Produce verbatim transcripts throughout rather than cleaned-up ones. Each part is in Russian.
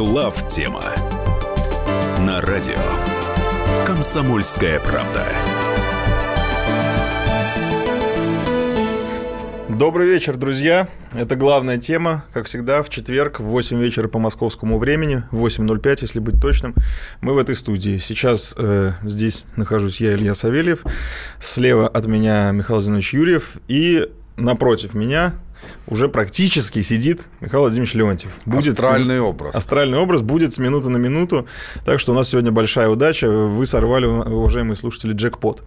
Главтема на радио «Комсомольская правда». Добрый вечер, друзья. Это главная тема, как всегда, в четверг в восемь вечера по московскому времени, в восемь ноль пять, если быть точным. Мы в этой студии. Сейчас э, здесь нахожусь я, Илья Савельев. Слева от меня Михаил Зинович Юрьев. И напротив меня уже практически сидит Михаил Владимирович Леонтьев. Будет астральный с... образ. Астральный образ будет с минуты на минуту. Так что у нас сегодня большая удача. Вы сорвали, уважаемые слушатели, джекпот.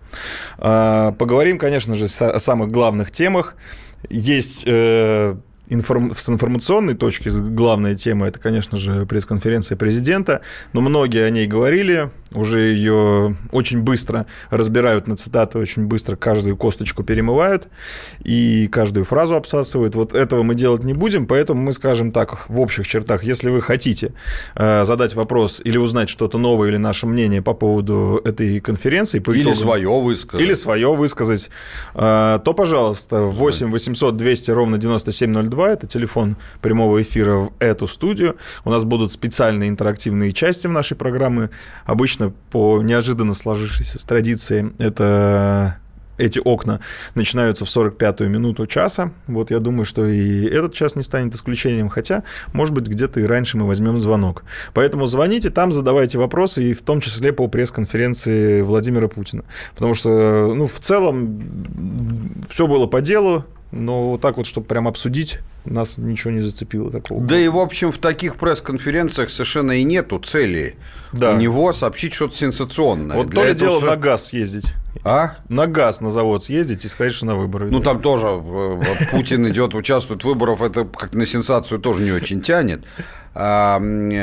А, поговорим, конечно же, о самых главных темах. Есть э, информ... с информационной точки главная тема, это, конечно же, пресс-конференция президента, но многие о ней говорили, уже ее очень быстро разбирают на цитаты, очень быстро каждую косточку перемывают и каждую фразу обсасывают. Вот этого мы делать не будем, поэтому мы скажем так, в общих чертах, если вы хотите э, задать вопрос или узнать что-то новое, или наше мнение по поводу этой конференции, по или итогам, свое высказать, или свое высказать, э, то, пожалуйста, восемь восемьсот двести ровно девяносто семь ноль два, это телефон прямого эфира в эту студию. У нас будут специальные интерактивные части в нашей программы. Обычно по неожиданно сложившейся традиции это... эти окна начинаются в сорок пятую минуту часа. Вот я думаю, что и этот час не станет исключением, хотя, может быть, где-то и раньше мы возьмем звонок. Поэтому звоните, там задавайте вопросы, и в том числе по пресс-конференции Владимира Путина. Потому что, ну, в целом, все было по делу, но вот так вот, чтобы прям обсудить, нас ничего не зацепило такого. Да и, в общем, в таких пресс-конференциях совершенно и нету цели да. у него сообщить что-то сенсационное. Вот то ли дело что... на газ съездить. А? На газ на завод съездить и сказать, что на выборы. Ну, там тоже Путин идет, участвует в выборах, это как на сенсацию тоже не очень тянет. Я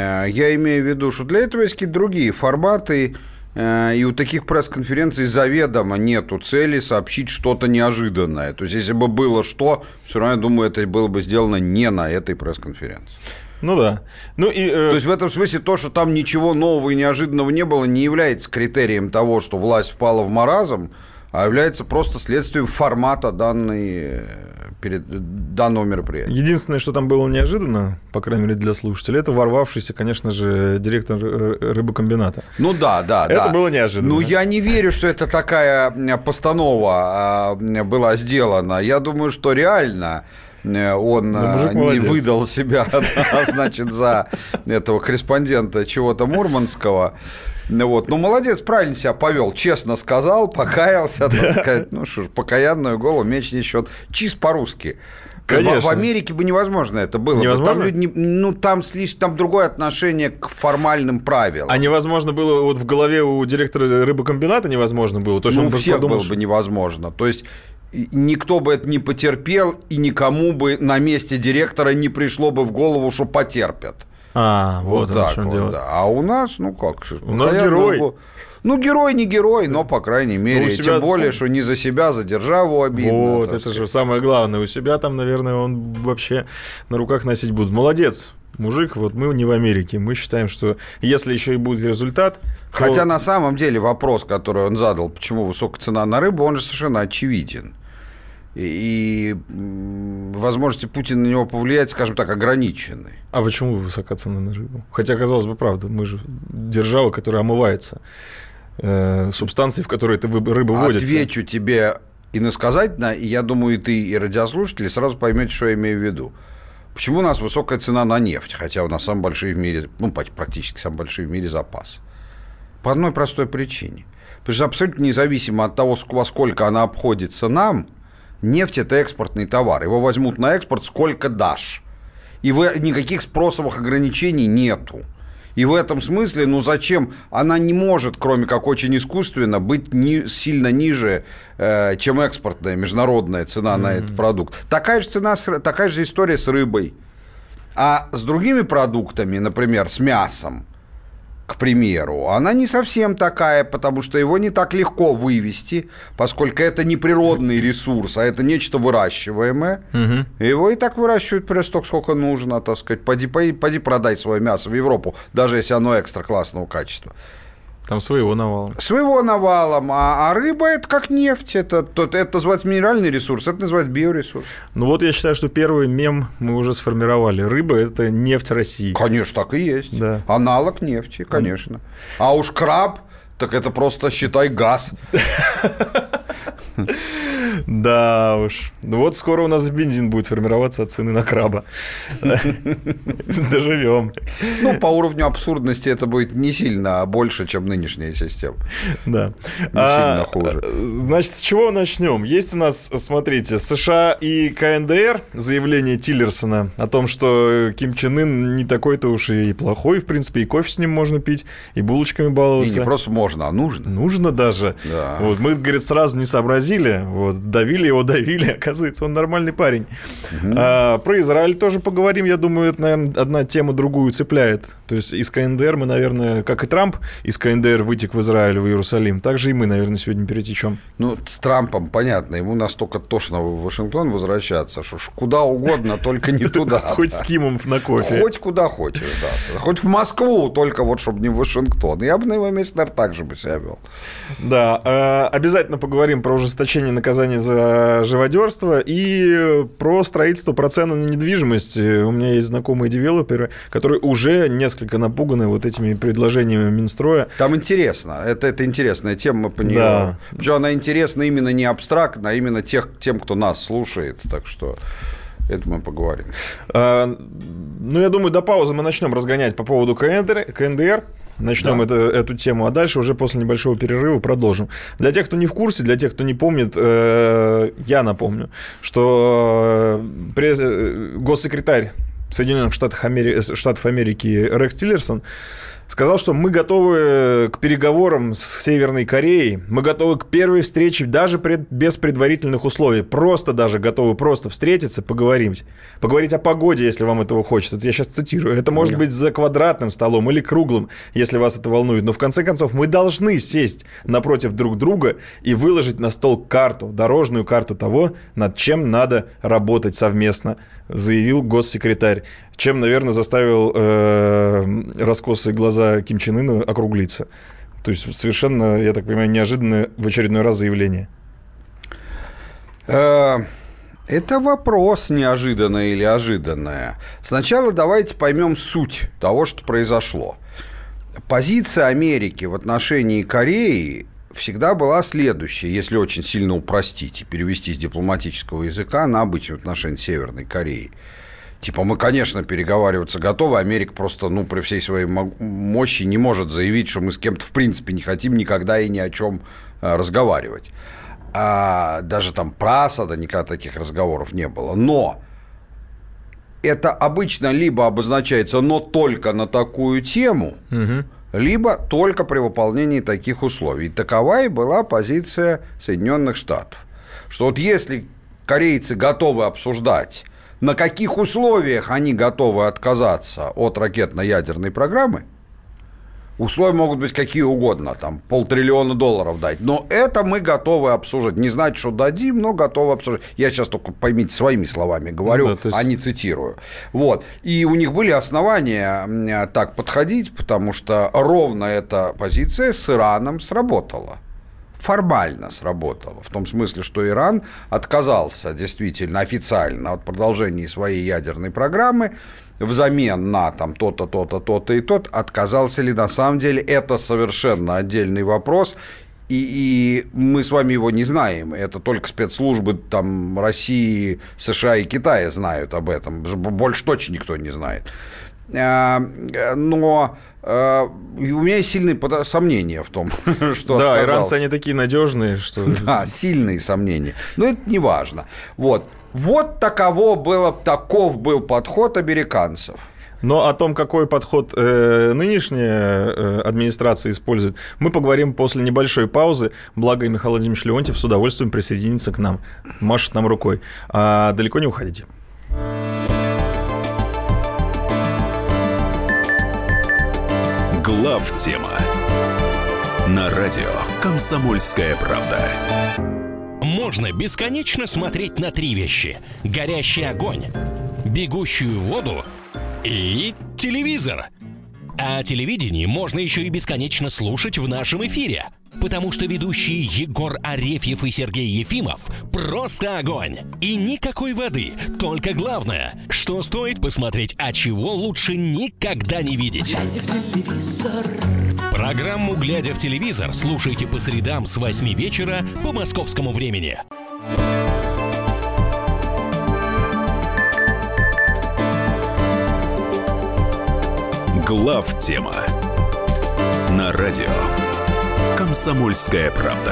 имею в виду, что для этого есть какие-то другие форматы. И у таких пресс-конференций заведомо нету цели сообщить что-то неожиданное. То есть, если бы было что, все равно, я думаю, это было бы сделано не на этой пресс-конференции. Ну да. Ну, и, э... То есть, в этом смысле то, что там ничего нового и неожиданного не было, не является критерием того, что власть впала в маразм, а является просто следствием формата данной, перед, данного мероприятия. Единственное, что там было неожиданно, по крайней мере для слушателей, это ворвавшийся, конечно же, директор рыбокомбината. Ну да, да, это да. Это было неожиданно. Ну, я не верю, что это такая постанова была сделана. Я думаю, что реально... Он не выдал себя, значит, за этого корреспондента чего-то мурманского. Вот. Ну, молодец, правильно себя повел, честно сказал, покаялся, так сказать, ну что ж, покаянную голову меч не счет, чист по-русски. В, в Америке бы невозможно это было. Невозможно? Там люди, ну, там слишком, там другое отношение к формальным правилам. А невозможно было, вот в голове у директора рыбокомбината невозможно было? То есть ну, он у всех подумал, было что... бы невозможно. То есть никто бы это не потерпел, и никому бы на месте директора не пришло бы в голову, что потерпят. А, вот, вот так вот, дело. Да. А у нас, ну как? У нас герой. Был... Ну, герой не герой, но, по крайней мере, ну, себя... тем более, что не за себя, за державу обидно. Вот, это сказать. Же самое главное. У себя там, наверное, он вообще на руках носить будет. Молодец, мужик, вот мы не в Америке. Мы считаем, что если еще и будет результат... Хотя то... на самом деле вопрос, который он задал, почему высокая цена на рыбу, он же совершенно очевиден. И, и возможности Путина на него повлиять, скажем так, ограничены. А почему высока цена на рыбу? Хотя, казалось бы, правда, мы же держава, которая омывается э, субстанцией, в которой эта рыба водится. Отвечу тебе иносказательно, и я думаю, и ты, и радиослушатели сразу поймете, что я имею в виду. Почему у нас высокая цена на нефть, хотя у нас самые большие в мире, ну, практически самые большие в мире запасы? По одной простой причине. Потому что абсолютно независимо от того, во сколько она обходится нам, нефть – это экспортный товар. Его возьмут на экспорт, сколько дашь. И вы, никаких спросовых ограничений нету. И в этом смысле, ну зачем? Она не может, кроме как очень искусственно, быть ни, сильно ниже, э, чем экспортная, международная цена mm-hmm. на этот продукт. Такая же цена, такая же история с рыбой. А с другими продуктами, например, с мясом, к примеру, она не совсем такая, потому что его не так легко вывести, поскольку это не природный ресурс, а это нечто выращиваемое. Угу. Его и так выращивают просто столько, сколько нужно, так сказать. Поди, поди, поди продай свое мясо в Европу, даже если оно экстра классного качества. Там своего навалом. Своего навалом, а, а рыба – это как нефть, это, это, это называется минеральный ресурс, это называется биоресурс. Ну вот я считаю, что первый мем мы уже сформировали. Рыба – это нефть России. Конечно, так и есть. Да. Аналог нефти, конечно. А уж краб, так это просто, считай, газ. Да уж. Вот скоро у нас бензин будет формироваться от цены на краба. Доживем. Ну, по уровню абсурдности это будет не сильно больше, чем нынешняя система. Да. Не сильно хуже. Значит, с чего начнем? Есть у нас, смотрите, США и КНДР, заявление Тиллерсона о том, что Ким Чен Ын не такой-то уж и плохой, в принципе, и кофе с ним можно пить, и булочками баловаться. И не просто можно, а нужно. Нужно даже. Да. Вот, мы, говорит, сразу не сообразили, вот, давили его, давили, оказывается, он нормальный парень. Угу. А, про Израиль тоже поговорим, я думаю, это, наверное, одна тема другую цепляет. То есть из КНДР мы, наверное, как и Трамп из КНДР вытек в Израиль, в Иерусалим, так же и мы, наверное, сегодня перетечем. Ну, с Трампом, понятно, ему настолько тошно в Вашингтон возвращаться, что ж куда угодно, только не туда. Хоть с Кимом на кофе. Хоть куда хочешь, да. Хоть в Москву, только вот, чтобы не в Вашингтон. Я бы на его месте, наверное, так же бы себя вел. Да, обязательно поговорим про ужесточение наказания за живодерство и про строительство, про цены на недвижимость. У меня есть знакомые девелоперы, которые уже несколько напуганы вот этими предложениями Минстроя. Там интересно. Это, это интересная тема, мы по нее... Да. Причем она интересна именно не абстрактно, а именно тех, тем, кто нас слушает. Так что... Это мы поговорим. А, ну, я думаю, до паузы мы начнем разгонять по поводу КНДР. КНДР. Начнем да. это, эту тему, а дальше уже после небольшого перерыва продолжим. Для тех, кто не в курсе, для тех, кто не помнит, э, я напомню, что пресс, госсекретарь Соединенных Штатов Америки, Штатов Америки Рекс Тиллерсон сказал, что мы готовы к переговорам с Северной Кореей, мы готовы к первой встрече даже пред, без предварительных условий, просто даже готовы просто встретиться, поговорить. Поговорить о погоде, если вам этого хочется. Это я сейчас цитирую. Это может быть за квадратным столом или круглым, если вас это волнует. Но в конце концов мы должны сесть напротив друг друга и выложить на стол карту, дорожную карту того, над чем надо работать совместно, заявил госсекретарь. Чем, наверное, заставил э, раскосые глаза Ким Чен Ына округлиться. То есть совершенно, я так понимаю, неожиданное в очередной раз заявление. Это вопрос, неожиданное или ожиданное. Сначала давайте поймем суть того, что произошло. Позиция Америки в отношении Кореи всегда была следующая, если очень сильно упростить и перевести с дипломатического языка на обычные отношения Северной Кореи. Типа, мы, конечно, переговариваться готовы, Америка просто, ну, при всей своей мощи не может заявить, что мы с кем-то, в принципе, не хотим никогда и ни о чем разговаривать. А даже там про Асада никогда таких разговоров не было. Но это обычно либо обозначается, но только на такую тему, угу. либо только при выполнении таких условий. И такова и была позиция Соединенных Штатов. Что вот если корейцы готовы обсуждать, на каких условиях они готовы отказаться от ракетно-ядерной программы, условия могут быть какие угодно, там полтриллиона долларов дать, но это мы готовы обсуждать. Не знать, что дадим, но готовы обсуждать. Я сейчас только, поймите, своими словами говорю, да, есть... а не цитирую. Вот. И у них были основания так подходить, потому что ровно эта позиция с Ираном сработала. Формально сработало. В том смысле, что Иран отказался действительно официально от продолжения своей ядерной программы взамен на там то-то, то-то, то-то и тот. Отказался ли на самом деле, это совершенно отдельный вопрос. И, и мы с вами его не знаем. Это только спецслужбы там, России, США и Китая знают об этом. Больше точно никто не знает. Но у меня есть сильные сомнения в том, что... Да, иранцы, они такие надежные, что... Да, сильные сомнения. Но это не важно. Вот, вот таково было, таков был подход американцев. Но о том, какой подход э, нынешняя э, администрация использует, мы поговорим после небольшой паузы. Благо, и Михаил Владимирович Леонтьев с удовольствием присоединится к нам, машет нам рукой. А далеко не уходите. Главтема на радио «Комсомольская правда». Можно бесконечно смотреть на три вещи: горящий огонь, бегущую воду и телевизор. А телевидение можно еще и бесконечно слушать в нашем эфире. Потому что ведущие Егор Арефьев и Сергей Ефимов просто огонь. И никакой воды, только главное, что стоит посмотреть, а чего лучше никогда не видеть. Глядя в телевизор. Программу «Глядя в телевизор» слушайте по средам с восьми вечера по московскому времени. Главтема на радио «Комсомольская правда».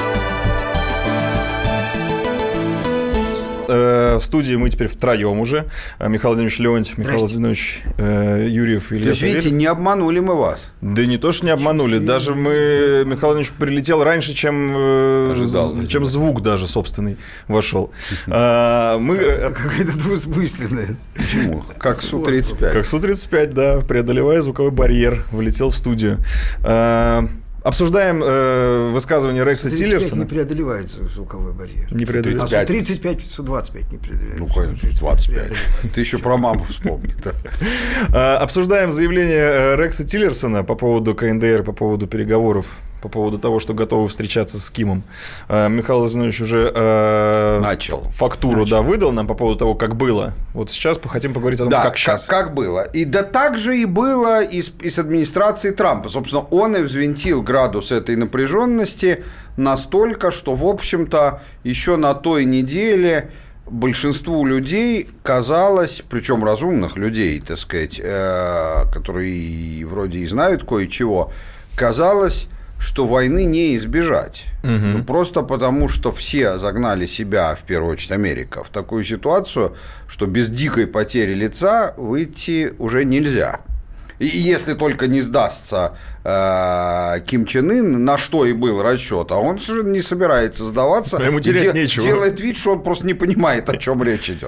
В студии мы теперь втроем уже. Михаил Владимирович Леонтьев, Михаил Владимирович э, Юрьев и Илья. То есть, видите, не обманули мы вас. Да не то, что не обманули. Даже мы... Михаил Владимирович прилетел раньше, чем, э, чем звук даже собственный вошел. А, мы... Какая-то двусмысленная. Почему? Как Су тридцать пять. Как Су тридцать пять, да, преодолевая звуковой барьер, влетел в студию. А, Обсуждаем э, высказывание Рекса Тиллерсона. Не преодолевает звуковой барьер. Не преодолевает. А Су тридцать пять, Су двадцать пять не преодолевает. Ну, конечно, двадцать пять. Ты еще про маму вспомни. Обсуждаем заявление Рекса Тиллерсона по поводу ка эн дэ эр, по поводу переговоров, по поводу того, что готовы встречаться с Кимом. Михаил Владимирович уже э, Начал. фактуру Начал. Да, выдал нам по поводу того, как было. Вот сейчас хотим поговорить о том, да, как сейчас. Как, как было. И да так же и было и с, и с администрацией Трампа. Собственно, он и взвинтил градус этой напряженности настолько, что, в общем-то, еще на той неделе большинству людей казалось, причем разумных людей, так сказать, э, которые вроде и знают кое-чего, казалось, что войны не избежать. Угу. Ну, просто потому, что все загнали себя, в первую очередь Америка, в такую ситуацию, что без дикой потери лица выйти уже нельзя. И если только не сдастся э, Ким Чен Ын, на что и был расчет, а он совершенно не собирается сдаваться. Ему терять де- нечего. Делает вид, что он просто не понимает, о чем речь идет.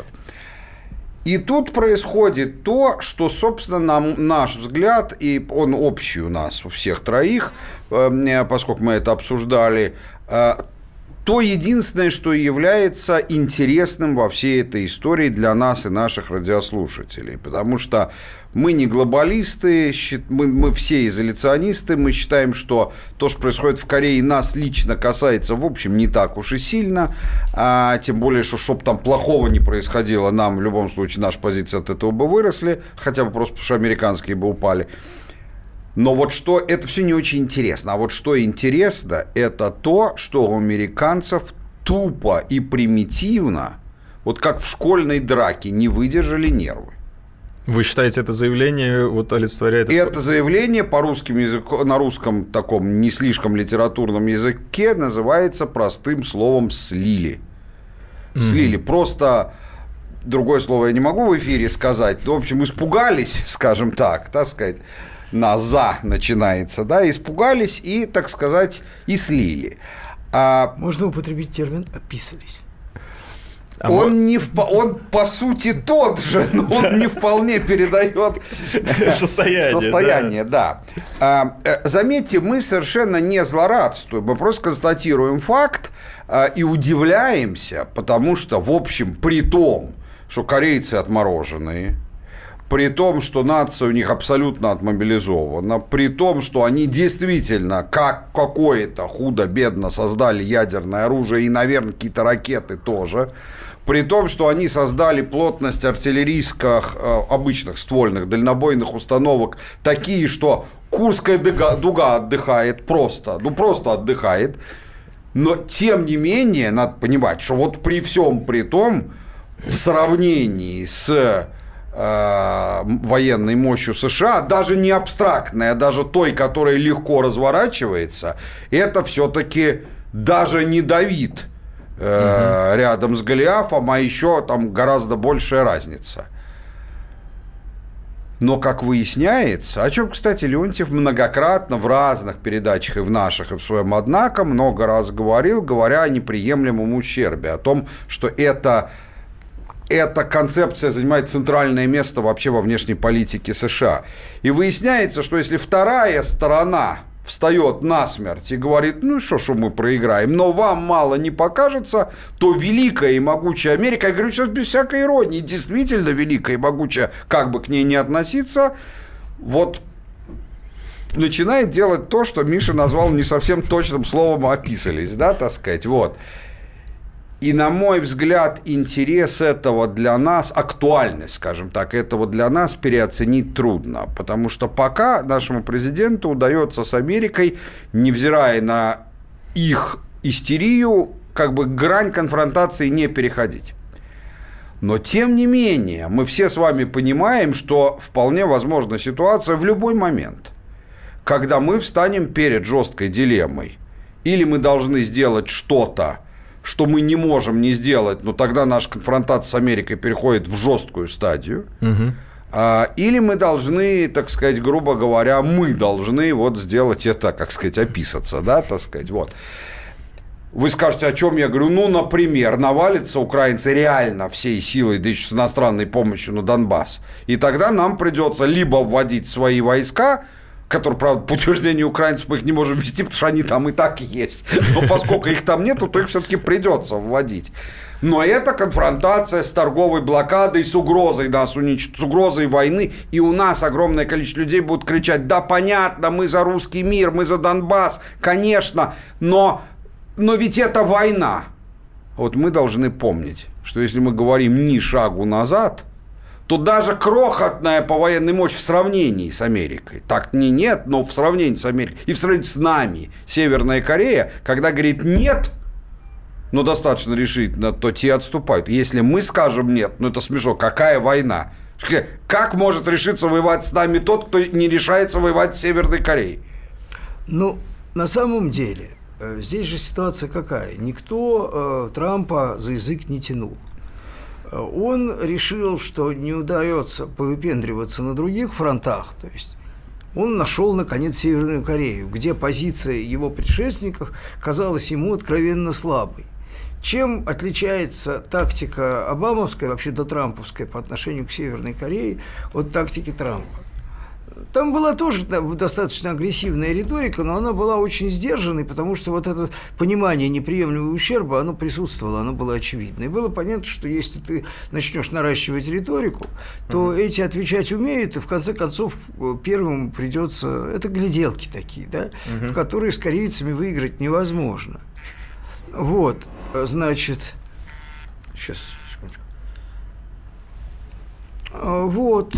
И тут происходит то, что, собственно, на наш взгляд, и он общий у нас, у всех троих, поскольку мы это обсуждали, то единственное, что является интересным во всей этой истории для нас и наших радиослушателей. Потому что мы не глобалисты, мы, мы все изоляционисты, мы считаем, что то, что происходит в Корее, нас лично касается, в общем, не так уж и сильно. А, тем более, что чтобы там плохого не происходило, нам в любом случае наши позиции от этого бы выросли, хотя бы просто потому, что американские бы упали. Но вот что, это все не очень интересно. А вот что интересно, это то, что у американцев тупо и примитивно, вот как в школьной драке, не выдержали нервы. Вы считаете, это заявление вот олицетворяет... Это заявление по русскому языку, на русском таком не слишком литературном языке называется простым словом «слили». Слили. Mm-hmm. Просто... Другое слово я не могу в эфире сказать. Но, в общем, испугались, скажем так, так сказать, на «за» начинается, да, испугались и, так сказать, и слили. А... Можно употребить термин «описались». А он, вот... не в... он, по сути, тот же, но он не вполне передает состояние. Состояние, да. да. Заметьте, мы совершенно не злорадствуем, мы просто констатируем факт и удивляемся, потому что, в общем, при том, что корейцы отмороженные, при том, что нация у них абсолютно отмобилизована, при том, что они действительно как какое-то худо-бедно создали ядерное оружие и, наверное, какие-то ракеты тоже, при том, что они создали плотность артиллерийских, обычных ствольных дальнобойных установок такие, что Курская дуга, дуга отдыхает просто, ну просто отдыхает, но тем не менее, надо понимать, что вот при всем при том, в сравнении с военной мощью США, даже не абстрактная, даже той, которая легко разворачивается, это все-таки даже не Давид э, угу. рядом с Голиафом, а еще там гораздо большая разница. Но, как выясняется, о чем, кстати, Леонтьев многократно в разных передачах и в наших, и в своем «Однако» много раз говорил, говоря о неприемлемом ущербе, о том, что это... Эта концепция занимает центральное место вообще во внешней политике США. И выясняется, что если вторая сторона встает насмерть и говорит, ну что, что мы проиграем, но вам мало не покажется, то великая и могучая Америка, я говорю сейчас без всякой иронии, действительно великая и могучая, как бы к ней ни относиться, вот начинает делать то, что Миша назвал не совсем точным словом «описались», да, так сказать, вот. И, на мой взгляд, интерес этого для нас, актуальность, скажем так, этого для нас переоценить трудно, потому что пока нашему президенту удается с Америкой, невзирая на их истерию, как бы грань конфронтации не переходить. Но, тем не менее, мы все с вами понимаем, что вполне возможна ситуация в любой момент, когда мы встанем перед жесткой дилеммой. Или мы должны сделать что-то, что мы не можем не сделать, но тогда наша конфронтация с Америкой переходит в жесткую стадию. Угу. А, или мы должны, так сказать, грубо говоря, мы должны вот сделать это, как сказать, описаться, да, так сказать, вот. Вы скажете, о чем я говорю? Ну, например, навалятся украинцы реально всей силой, да еще с иностранной помощью на Донбасс. И тогда нам придется либо вводить свои войска, которые, правда, по утверждению украинцев мы их не можем ввести, потому что они там и так есть. Но поскольку их там нету, то их все-таки придется вводить. Но это конфронтация с торговой блокадой, с угрозой нас уничтожить, с угрозой войны. И у нас огромное количество людей будут кричать: да, понятно, мы за русский мир, мы за Донбасс, конечно, но, но ведь это война. Вот мы должны помнить, что если мы говорим ни шагу назад, то даже крохотная по военной мощи в сравнении с Америкой, так не нет, но в сравнении с Америкой, и в сравнении с нами, Северная Корея, когда говорит «нет», но достаточно решительно, то те отступают. Если мы скажем «нет», ну это смешно, какая война? Как может решиться воевать с нами тот, кто не решается воевать с Северной Кореей? Ну, на самом деле, здесь же ситуация какая? Никто э, Трампа за язык не тянул. Он решил, что не удается повыпендриваться на других фронтах, то есть он нашел, наконец, Северную Корею, где позиция его предшественников казалась ему откровенно слабой. Чем отличается тактика обамовская, вообще дотрамповская, по отношению к Северной Корее от тактики Трампа? Там была тоже достаточно агрессивная риторика, но она была очень сдержанной, потому что вот это понимание неприемлемого ущерба, оно присутствовало, оно было очевидно. И было понятно, что если ты начнешь наращивать риторику, то mm-hmm. эти отвечать умеют, и в конце концов первым придется... Это гляделки такие, да, mm-hmm. в которые с корейцами выиграть невозможно. Вот, значит... Сейчас, секундочку. Вот...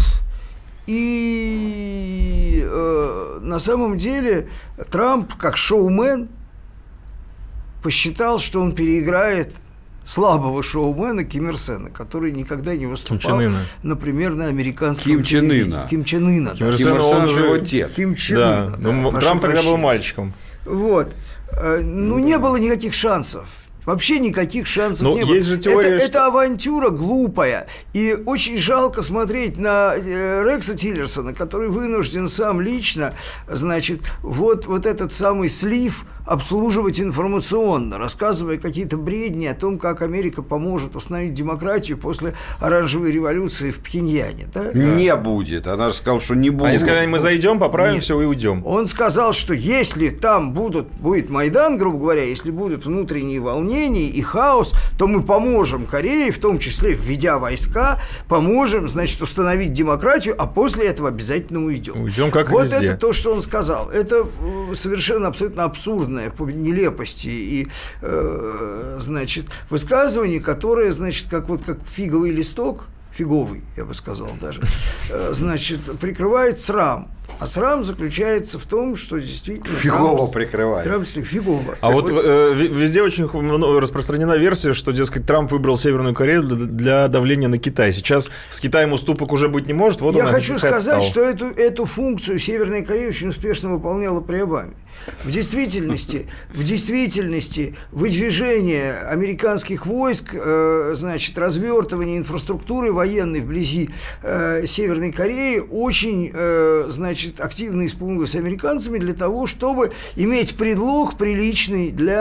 И э, на самом деле Трамп, как шоумен, посчитал, что он переиграет слабого шоумена Ким Ир Сена, который никогда не выступал, например, на американском Ким Чен Ына. Ким Чен Ына. Ким Ир Сен, он уже его дед. Ким Чен Ына. Да. Да. Да. Трамп тогда был мальчиком. Вот. Ну, не было никаких шансов. Вообще никаких шансов Но не было. Есть же теория, это, что... это авантюра глупая. И очень жалко смотреть на Рекса Тиллерсона, который вынужден сам лично, значит, вот, вот этот самый слив обслуживать информационно, рассказывая какие-то бредни о том, как Америка поможет установить демократию после оранжевой революции в Пхеньяне. Да? Не будет. Она же сказала, что не будет. Они сказали, мы зайдем, поправим Нет. все и уйдем. Он сказал, что если там будут, будет Майдан, грубо говоря, если будут внутренние волнения и хаос, то мы поможем Корее, в том числе введя войска, поможем, значит, установить демократию, а после этого обязательно уйдем. Уйдем как вот везде. Это то, что он сказал. Это совершенно абсолютно абсурдное по нелепости и, э, значит, высказывание, которое, значит, как вот как фиговый листок, фиговый, я бы сказал даже, э, значит, прикрывает срам. А срам заключается в том, что действительно... Фигово Трамп, прикрывает. Трамп, фигово. А вот э, везде очень распространена версия, что, дескать, Трамп выбрал Северную Корею для, для давления на Китай. Сейчас с Китаем уступок уже быть не может. Вот Я он хочу сказать, стал. что эту, эту функцию Северная Корея очень успешно выполняла при Обаме. В действительности, в действительности выдвижение американских войск, э, значит, развертывание инфраструктуры военной вблизи э, Северной Кореи очень, э, значит, активно исполнилось американцами для того, чтобы иметь предлог приличный для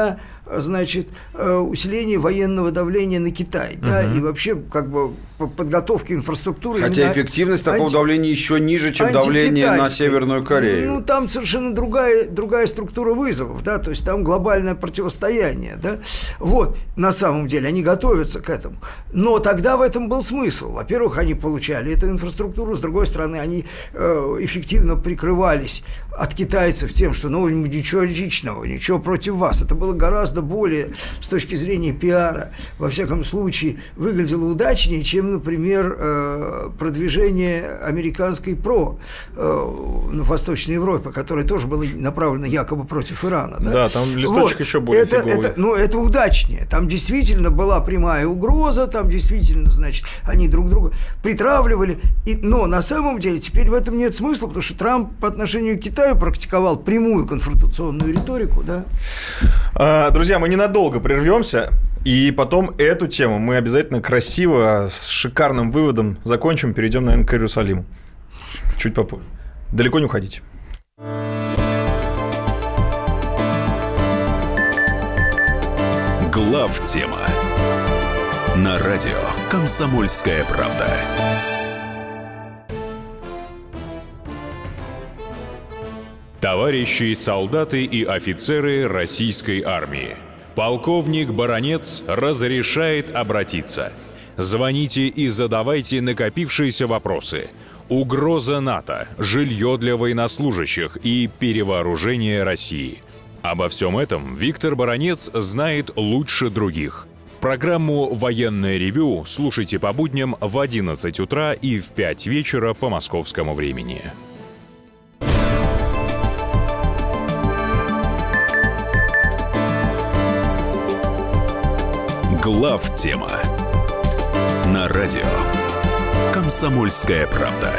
значит, усиление военного давления на Китай, uh-huh. да, и вообще как бы подготовки инфраструктуры. Хотя эффективность такого анти... давления еще ниже, чем давление на Северную Корею. Ну, там совершенно другая, другая структура вызовов, да, то есть там глобальное противостояние, да, вот, на самом деле, они готовятся к этому. Но тогда в этом был смысл. Во-первых, они получали эту инфраструктуру, с другой стороны, они э, эффективно прикрывались от китайцев тем, что, ну, ничего личного, ничего против вас. Это было гораздо более, с точки зрения пиара, во всяком случае, выглядело удачнее, чем, например, э, продвижение американской ПРО э, в Восточной Европе, которое тоже было направлено якобы против Ирана. Да, да, там листочек вот. еще более это, это, ну, это удачнее. Там действительно была прямая угроза, там действительно, значит, они друг друга притравливали. И, но на самом деле теперь в этом нет смысла, потому что Трамп по отношению к Китаю практиковал прямую конфронтационную риторику. Да? Друзья, мы ненадолго прервемся. И потом эту тему мы обязательно красиво, с шикарным выводом закончим, перейдем, наверное, к Иерусалиму. Чуть попозже. Далеко не уходите. Главтема на радио «Комсомольская правда». Товарищи солдаты и офицеры российской армии, полковник Баранец разрешает обратиться. Звоните и задавайте накопившиеся вопросы. Угроза НАТО, жилье для военнослужащих и перевооружение России. Обо всем этом Виктор Баранец знает лучше других. Программу «Военное ревю» слушайте по будням в одиннадцать утра и в пять вечера по московскому времени. Главтема на радио «Комсомольская правда».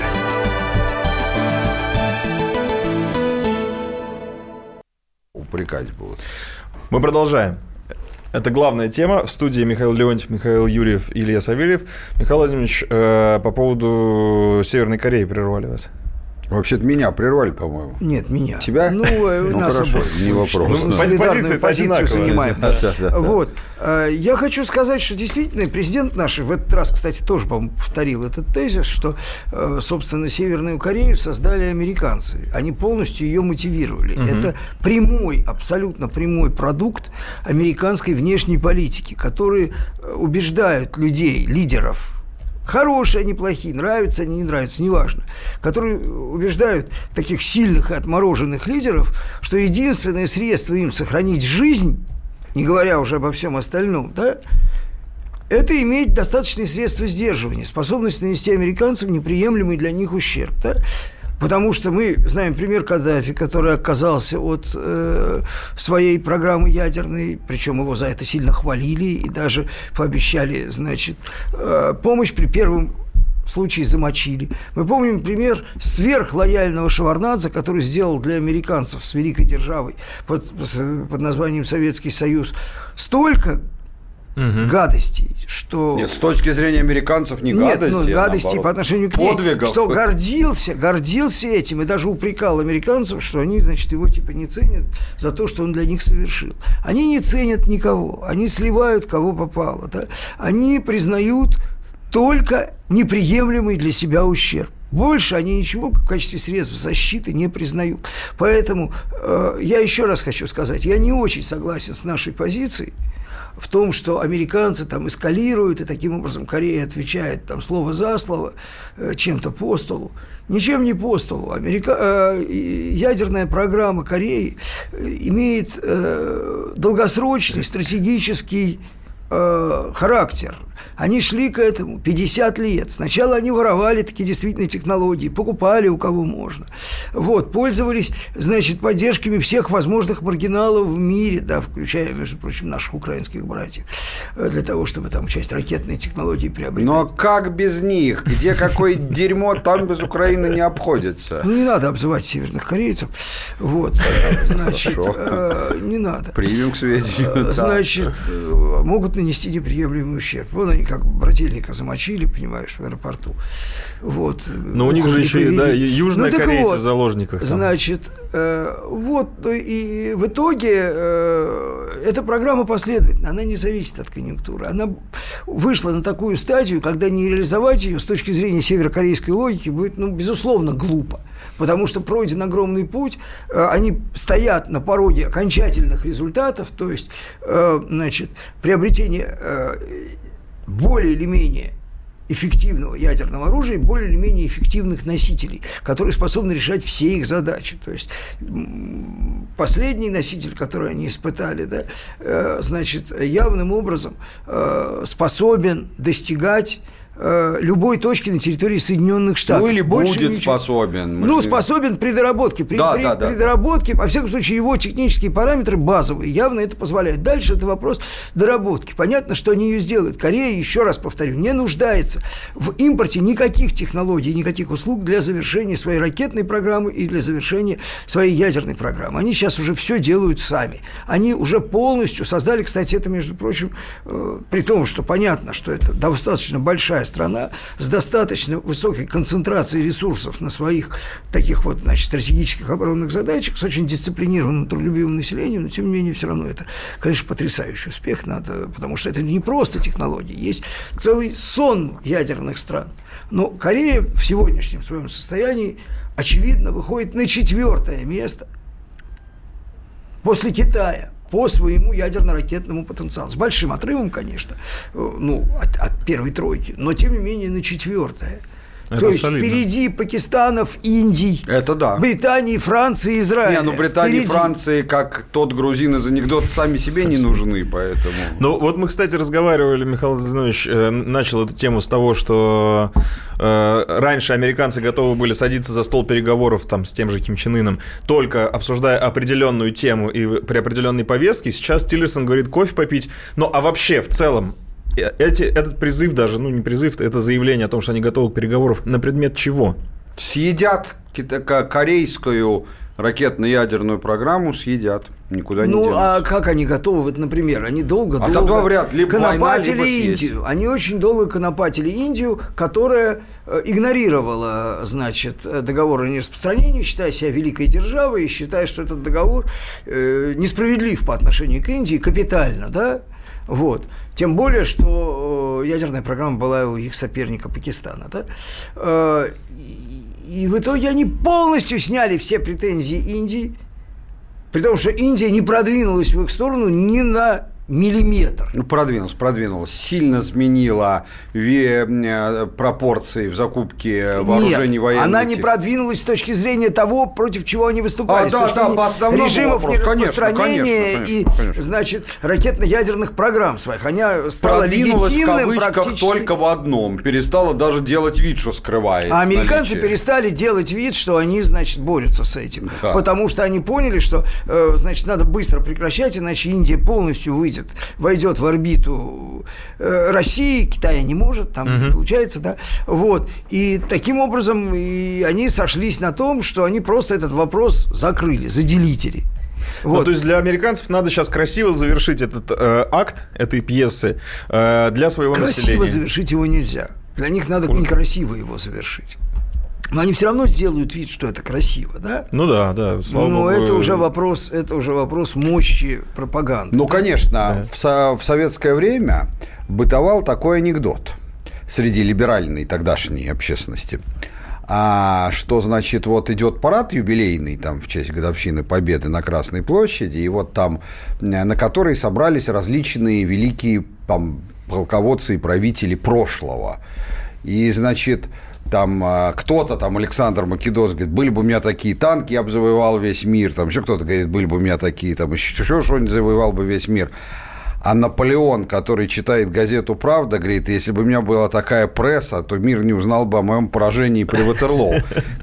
Упрекать будут. Мы продолжаем. Это главная тема. В студии Михаил Леонтьев, Михаил Юрьев, Илья Савельев. Михаил Владимирович, э, по поводу Северной Кореи прервали вас. Вообще-то меня прервали, по-моему. Нет, меня. Тебя? Ну, ну нас хорошо, обоих. не вопрос. Мы солидарную позицию занимаем. Да, да, да. Вот. Я хочу сказать, что действительно президент наш в этот раз, кстати, тоже, по-моему, повторил этот тезис, что, собственно, Северную Корею создали американцы. Они полностью ее мотивировали. Угу. Это прямой, абсолютно прямой продукт американской внешней политики, которые убеждают людей, лидеров, хорошие они, плохие, нравятся они, не нравятся, неважно, которые убеждают таких сильных и отмороженных лидеров, что единственное средство им сохранить жизнь, не говоря уже обо всем остальном, да, это иметь достаточные средства сдерживания, способность нанести американцам неприемлемый для них ущерб, да. Потому что мы знаем пример Каддафи, который отказался от э, своей программы ядерной, причем его за это сильно хвалили и даже пообещали, значит, э, помощь при первом случае замочили. Мы помним пример сверхлояльного Шеварднадзе, который сделал для американцев с великой державой под, под названием Советский Союз столько угу. гадостей, что... Нет, с точки зрения американцев не Нет, гадости, ну, а гадости наоборот, по отношению к подвигов. ней, что гордился, гордился этим и даже упрекал американцев, что они, значит, его типа не ценят за то, что он для них совершил. Они не ценят никого, они сливают кого попало, да? Они признают только неприемлемый для себя ущерб. Больше они ничего в качестве средств защиты не признают. Поэтому э, я еще раз хочу сказать, я не очень согласен с нашей позицией в том, что американцы там эскалируют, и таким образом Корея отвечает там слово за слово, э, чем-то по столу. Ничем не по столу. Америка... Э, ядерная программа Кореи имеет э, долгосрочный стратегический э, характер. Они шли к этому пятьдесят лет. Сначала они воровали такие действительно технологии, покупали у кого можно. Вот, пользовались, значит, поддержками всех возможных маргиналов в мире, да, включая, между прочим, наших украинских братьев, для того, чтобы там часть ракетной технологии приобретать. Но как без них? Где какое дерьмо, там без Украины не обходится. Ну, не надо обзывать северных корейцев. Вот, значит, не надо. Примем к сведению. Значит, могут нанести неприемлемый ущерб. Вон равно они как брательника замочили, понимаешь, в аэропорту. Вот. Но у них же еще и да, южные ну, корейцы вот, в заложниках. Там. Значит, э, вот, и в итоге э, эта программа последовательна, она не зависит от конъюнктуры. Она вышла на такую стадию, когда не реализовать ее с точки зрения северокорейской логики будет, ну, безусловно, глупо. Потому что пройден огромный путь, они стоят на пороге окончательных результатов, то есть, значит, приобретение более или менее эффективного ядерного оружия и более или менее эффективных носителей, которые способны решать все их задачи. То есть последний носитель, который они испытали, да, значит, явным образом способен достигать любой точки на территории Соединенных Штатов. Ну или Больше будет ничего. способен. Ну, способен при доработке. При, да, при, да, при да. доработке, во всяком случае, его технические параметры базовые явно это позволяют. Дальше это вопрос доработки. Понятно, что они ее сделают. Корея, еще раз повторю, не нуждается в импорте никаких технологий, никаких услуг для завершения своей ракетной программы и для завершения своей ядерной программы. Они сейчас уже все делают сами. Они уже полностью создали, кстати, это, между прочим, э, при том, что понятно, что это достаточно большая страна с достаточно высокой концентрацией ресурсов на своих таких вот, значит, стратегических оборонных задачах, с очень дисциплинированным, трудолюбивым населением, но, тем не менее, все равно это, конечно, потрясающий успех, надо, потому что это не просто технологии, есть целый сон ядерных стран. Но Корея в сегодняшнем своем состоянии, очевидно, выходит на четвертое место после Китая по своему ядерно-ракетному потенциалу. С большим отрывом, конечно, ну, от, от первой тройки, но, тем не менее, на четвертое. Это То есть солидно. Впереди Пакистанов, Индий, Это да. Британии, Франции, Израиля. Не, ну Британии и Впереди. Франции, как тот грузин из анекдота, сами себе не нужны, поэтому... Ну, вот мы, кстати, разговаривали, Михаил Зинович э, начал эту тему с того, что э, раньше американцы готовы были садиться за стол переговоров там, с тем же Ким Чен Ыном, только обсуждая определенную тему и при определенной повестке. Сейчас Тиллерсон говорит кофе попить. Ну, а вообще, в целом, эти, этот призыв даже, ну, не призыв, это заявление о том, что они готовы к переговорам, на предмет чего? Съедят корейскую ракетно-ядерную программу, съедят. Никуда не Ну, денутся. а как они готовы? Вот, например, они долго-долго А там два варианта. Либо война, конопатили либо съесть. Индию. Они очень долго конопатили Индию, которая э, игнорировала, значит, договор о нераспространении, считая себя великой державой, и считая, что этот договор э, несправедлив по отношению к Индии капитально, да? Вот. Тем более, что ядерная программа была у их соперника Пакистана, да? Э, и, и в итоге они полностью сняли все претензии Индии, при том, что Индия не продвинулась в их сторону ни на миллиметр. Ну, продвинулась, продвинулась. Сильно сменила ве- пропорции в закупке вооружений Нет, военных. она не продвинулась с точки зрения того, против чего они выступали. А, с да, точки да, зрения по основному режимов вопросу, конечно, нераспространения конечно, и, конечно, конечно. значит, ракетно-ядерных программ своих. Она стала Продвинулась в легитимным кавычках практически. только в одном. Перестала даже делать вид, что скрывает. А американцы наличие. перестали делать вид, что они, значит, борются с этим. Да. Потому что они поняли, что, э, значит, надо быстро прекращать, иначе Индия полностью выйдет, войдет в орбиту э, России, Китая не может, там Угу. не получается, да. Вот. И таким образом и они сошлись на том, что они просто этот вопрос закрыли, заделители. Ну, Вот. то есть для американцев надо сейчас красиво завершить этот э, акт этой пьесы э, для своего Красиво населения. завершить его нельзя. Для них надо некрасиво его завершить. Но они все равно сделают вид, что это красиво, да? Ну да, да, слава Но богу. это уже вопрос, это уже вопрос мощи пропаганды. Ну, конечно, в, со- в советское время бытовал такой анекдот среди либеральной тогдашней общественности. А что, значит, вот идет парад юбилейный там в честь годовщины Победы на Красной площади, и вот там, на которой собрались различные великие там, полководцы и правители прошлого. И, значит, там кто-то, там Александр Македонский говорит, были бы у меня такие танки, я бы завоевал весь мир. Там еще кто-то говорит, были бы у меня такие, там еще что-нибудь, завоевал бы весь мир. А Наполеон, который читает газету «Правда», говорит, если бы у меня была такая пресса, то мир не узнал бы о моем поражении при Ватерлоо.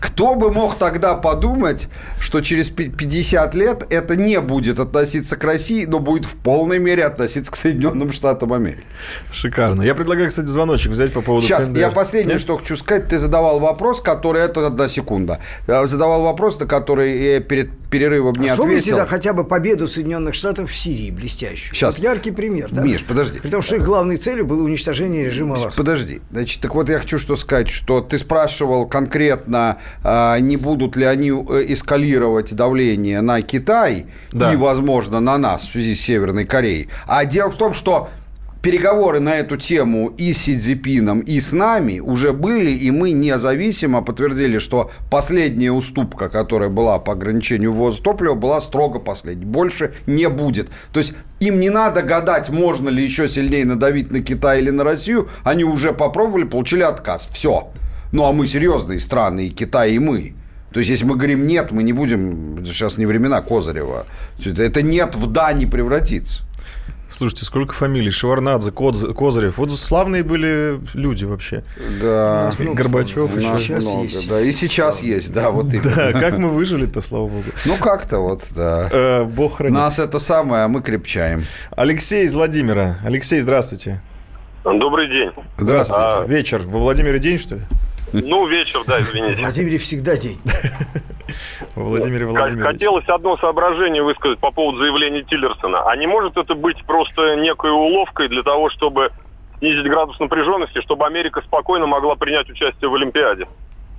Кто бы мог тогда подумать, что через пятьдесят лет это не будет относиться к России, но будет в полной мере относиться к Соединенным Штатам Америки. Шикарно. Я предлагаю, кстати, звоночек взять по поводу Сейчас, КНДР. я последнее, Нет? что хочу сказать. Ты задавал вопрос, который... Это одна секунда. Задавал вопрос, на который я перед перерывом не Вспомните, ответил. да, хотя бы победу Соединенных Штатов в Сирии блестящую. Сейчас. Вот яркий пример, да? Миш, подожди. При том, что их главной целью было уничтожение режима Ласса. Подожди. Значит, так вот я хочу что сказать, что ты спрашивал конкретно, а, не будут ли они эскалировать давление на Китай Да. и, возможно, на нас в связи с Северной Кореей. А дело в том, что переговоры на эту тему и с Си Цзиньпином, и с нами уже были, и мы независимо подтвердили, что последняя уступка, которая была по ограничению ввоза топлива, была строго последней. Больше не будет. То есть им не надо гадать, можно ли еще сильнее надавить на Китай или на Россию. Они уже попробовали, получили отказ. Все. Ну, а мы серьезные страны, и Китай, и мы. То есть, если мы говорим «нет», мы не будем... Сейчас не времена Козырева. Это «нет» в «да» не превратится. Слушайте, сколько фамилий. Шеварнадзе, Коз- Козырев. Вот славные были люди вообще. Да. Горбачев У нас Сейчас много, есть. да. И сейчас есть, да, вот именно. Да, как мы выжили-то, слава богу. Ну, как-то вот, да. Э, Бог хранит. Нас это самое, а мы крепчаем. Алексей из Владимира. Алексей, здравствуйте. Добрый день. Здравствуйте. А- Вечер. Во Владимире день, что ли? Ну, вечер, да, В извините. Владимире всегда день. Во Владимире Х- Владимировиче. Хотелось одно соображение высказать по поводу заявления Тиллерсона. А не может это быть просто некой уловкой для того, чтобы снизить градус напряженности, чтобы Америка спокойно могла принять участие в Олимпиаде?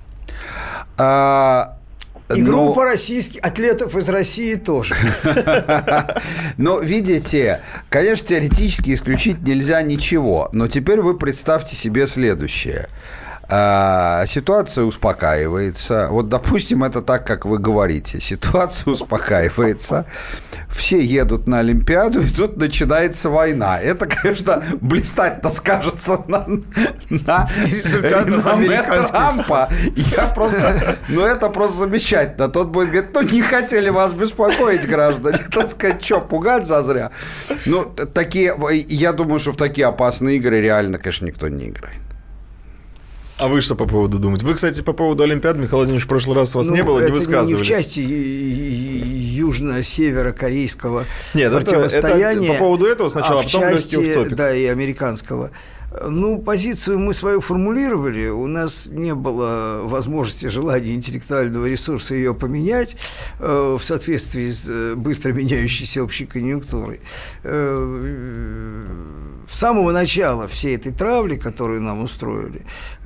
А, И ну, группа российских атлетов из России тоже. Но, видите, конечно, теоретически исключить нельзя ничего. Но теперь вы представьте себе следующее. А, ситуация успокаивается. Вот, допустим, это так, как вы говорите. Ситуация успокаивается. Все едут на Олимпиаду, и тут начинается война. Это, конечно, блистательно скажется на, на Результатах реноме американских Трампа. Я просто... Ну, это просто замечательно. Тот будет говорить, ну, не хотели вас беспокоить, граждане. Так сказать, что, пугать зазря? Ну, такие... Я думаю, что в такие опасные игры реально, конечно, никто не играет. А вы что по поводу думаете? Вы, кстати, по поводу Олимпиады, Михаил Владимирович, в прошлый раз вас Ну, не было, не это высказывались. не в части южно-северо-корейского Нет, это- противостояния. это по поводу этого сначала, а а потом в лезьте в части, топик. да, и американского. Ну, позицию мы свою формулировали, у нас не было возможности, желания, интеллектуального ресурса ее поменять э, в соответствии с э, быстро меняющейся общей конъюнктурой. Э, с самого начала всей этой травли, которую нам устроили,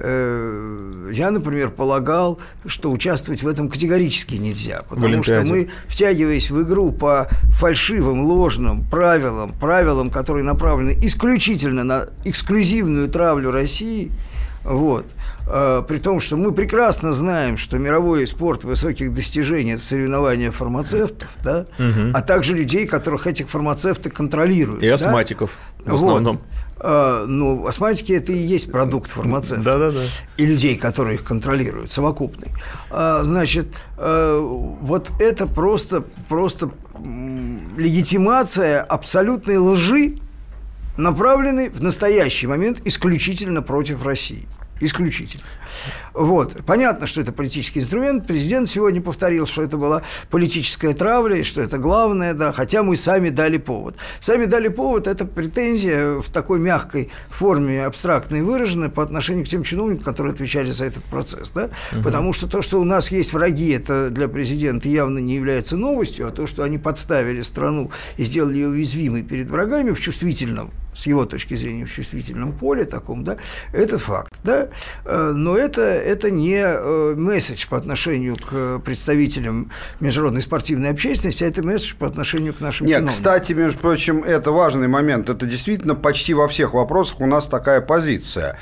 э, я, например, полагал, что участвовать в этом категорически нельзя, потому что мы, втягиваясь в игру по фальшивым, ложным правилам, правилам, которые направлены исключительно на эксклюзивную травлю России, вот, э, при том, что мы прекрасно знаем, что мировой спорт высоких достижений – это соревнования фармацевтов, да, угу. а также людей, которых этих фармацевты контролируют. И да? Астматиков в основном. Вот. А, ну, астматики – это и есть продукт фармацевтов. Да-да-да. И людей, которые их контролируют, совокупный. А, значит, а, вот это просто, просто м, легитимация абсолютной лжи, направленной в настоящий момент исключительно против России. Исключительно. Вот. Понятно, что это политический инструмент. Президент сегодня повторил, что это была политическая травля, и что это главное, да, хотя мы сами дали повод. Сами дали повод – это претензия в такой мягкой форме, абстрактной выраженная по отношению к тем чиновникам, которые отвечали за этот процесс. Да? Угу. Потому что то, что у нас есть враги, это для президента явно не является новостью, а то, что они подставили страну и сделали ее уязвимой перед врагами в чувствительном, с его точки зрения, в чувствительном поле таком, да, это факт, да, но это, это не месседж по отношению к представителям международной спортивной общественности, а это месседж по отношению к нашим Нет, чиновникам. кстати, между прочим, это важный момент, это действительно почти во всех вопросах у нас такая позиция,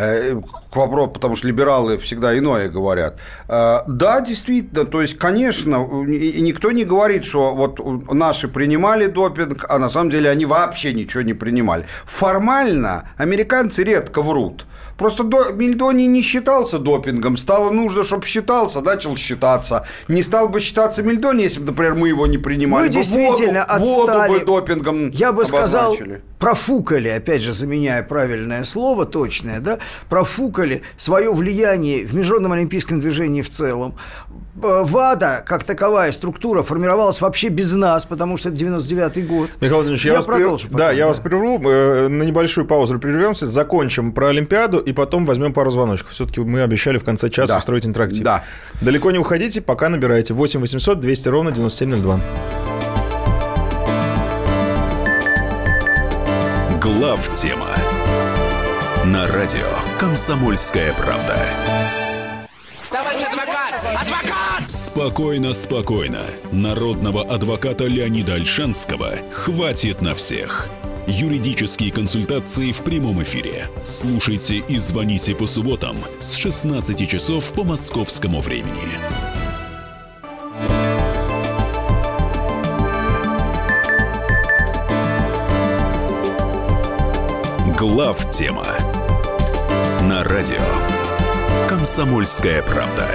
к вопросу, потому что либералы всегда иное говорят. Да, действительно, то есть, конечно, и никто не говорит, что вот наши принимали допинг, а на самом деле они вообще ничего не принимали. Формально американцы редко врут. Просто до... Мельдоний не считался допингом. Стало нужно, чтобы считался, начал считаться. Не стал бы считаться Мельдоний, если бы, например, мы его не принимали. Мы действительно воду, отстали. Воду бы допингом Я бы обозначили. сказал, профукали, опять же, заменяя правильное слово, точное, да, профукали строили свое влияние в международном олимпийском движении в целом. ВАДА, как таковая структура, формировалась вообще без нас, потому что это девяносто девятый год. Михаил Владимирович, я, я вас продолжу. Потом, да, я да. вас прерву, э, на небольшую паузу прервемся, закончим про Олимпиаду и потом возьмем пару звоночков. Все-таки мы обещали в конце часа да. устроить интерактив. Да. Далеко не уходите, пока набираете восемь восемьсот двести ровно девяносто семь ноль два. Главтема на радио «Комсомольская правда». Товарищ адвокат! Адвокат! Спокойно, спокойно. Народного адвоката Леонида Ольшанского хватит на всех. Юридические консультации в прямом эфире. Слушайте и звоните по субботам с шестнадцати часов по московскому времени. Главтема на радио «Комсомольская правда».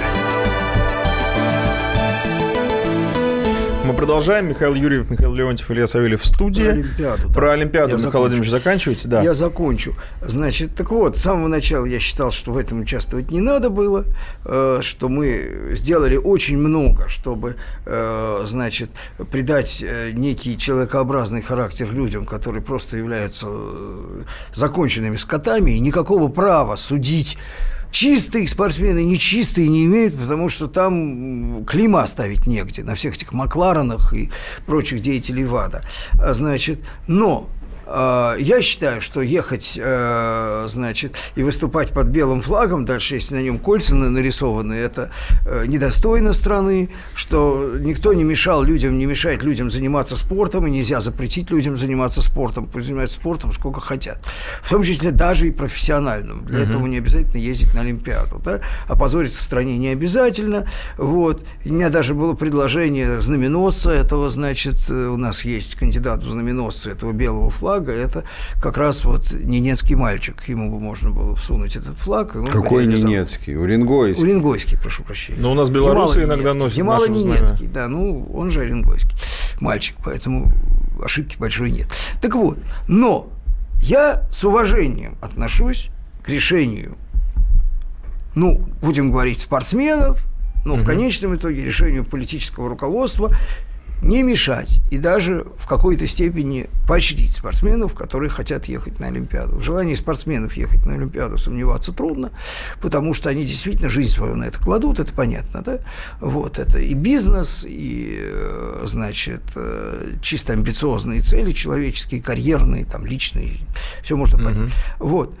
Мы продолжаем. Михаил Юрьев, Михаил Леонтьев, Илья Савельев в студии. Про Олимпиаду. Да. Про Олимпиаду, Михаил Владимирович, заканчиваете? Да. Я закончу. Значит, так вот, с самого начала я считал, что в этом участвовать не надо было, что мы сделали очень много, чтобы, значит, придать некий человекообразный характер людям, которые просто являются законченными скотами, и никакого права судить чистые спортсмены, нечистые не имеют, потому что там клейма ставить негде на всех этих Макларенах и прочих деятелей ВАДА. Значит, но я считаю, что ехать, значит, и выступать под белым флагом, дальше, если на нем кольца нарисованы, это недостойно страны, что никто не мешал людям, не мешает людям заниматься спортом, и нельзя запретить людям заниматься спортом, пусть занимаются спортом сколько хотят, в том числе даже и профессиональным. Для uh-huh. этого не обязательно ездить на Олимпиаду, да? Опозориться в стране не обязательно. Вот. У меня даже было предложение знаменосца этого, значит, у нас есть кандидат в знаменосцы этого белого флага, это как раз вот ненецкий мальчик. Ему бы можно было всунуть этот флаг. Какой ненецкий? Уренгойский. Уренгойский, прошу прощения. Но у нас белорусы иногда носят Ямало ненецкий, да, ну, он же уренгойский мальчик, поэтому ошибки большой нет. Так вот, но я с уважением отношусь к решению, ну, будем говорить, спортсменов, но угу. в конечном итоге решению политического руководства не мешать и даже в какой-то степени поощрить спортсменов, которые хотят ехать на Олимпиаду. В желании спортсменов ехать на Олимпиаду сомневаться трудно, потому что они действительно жизнь свою на это кладут, это понятно, да? Вот, это и бизнес, и, значит, чисто амбициозные цели человеческие, карьерные, там, личные, все можно понять. Mm-hmm. Вот.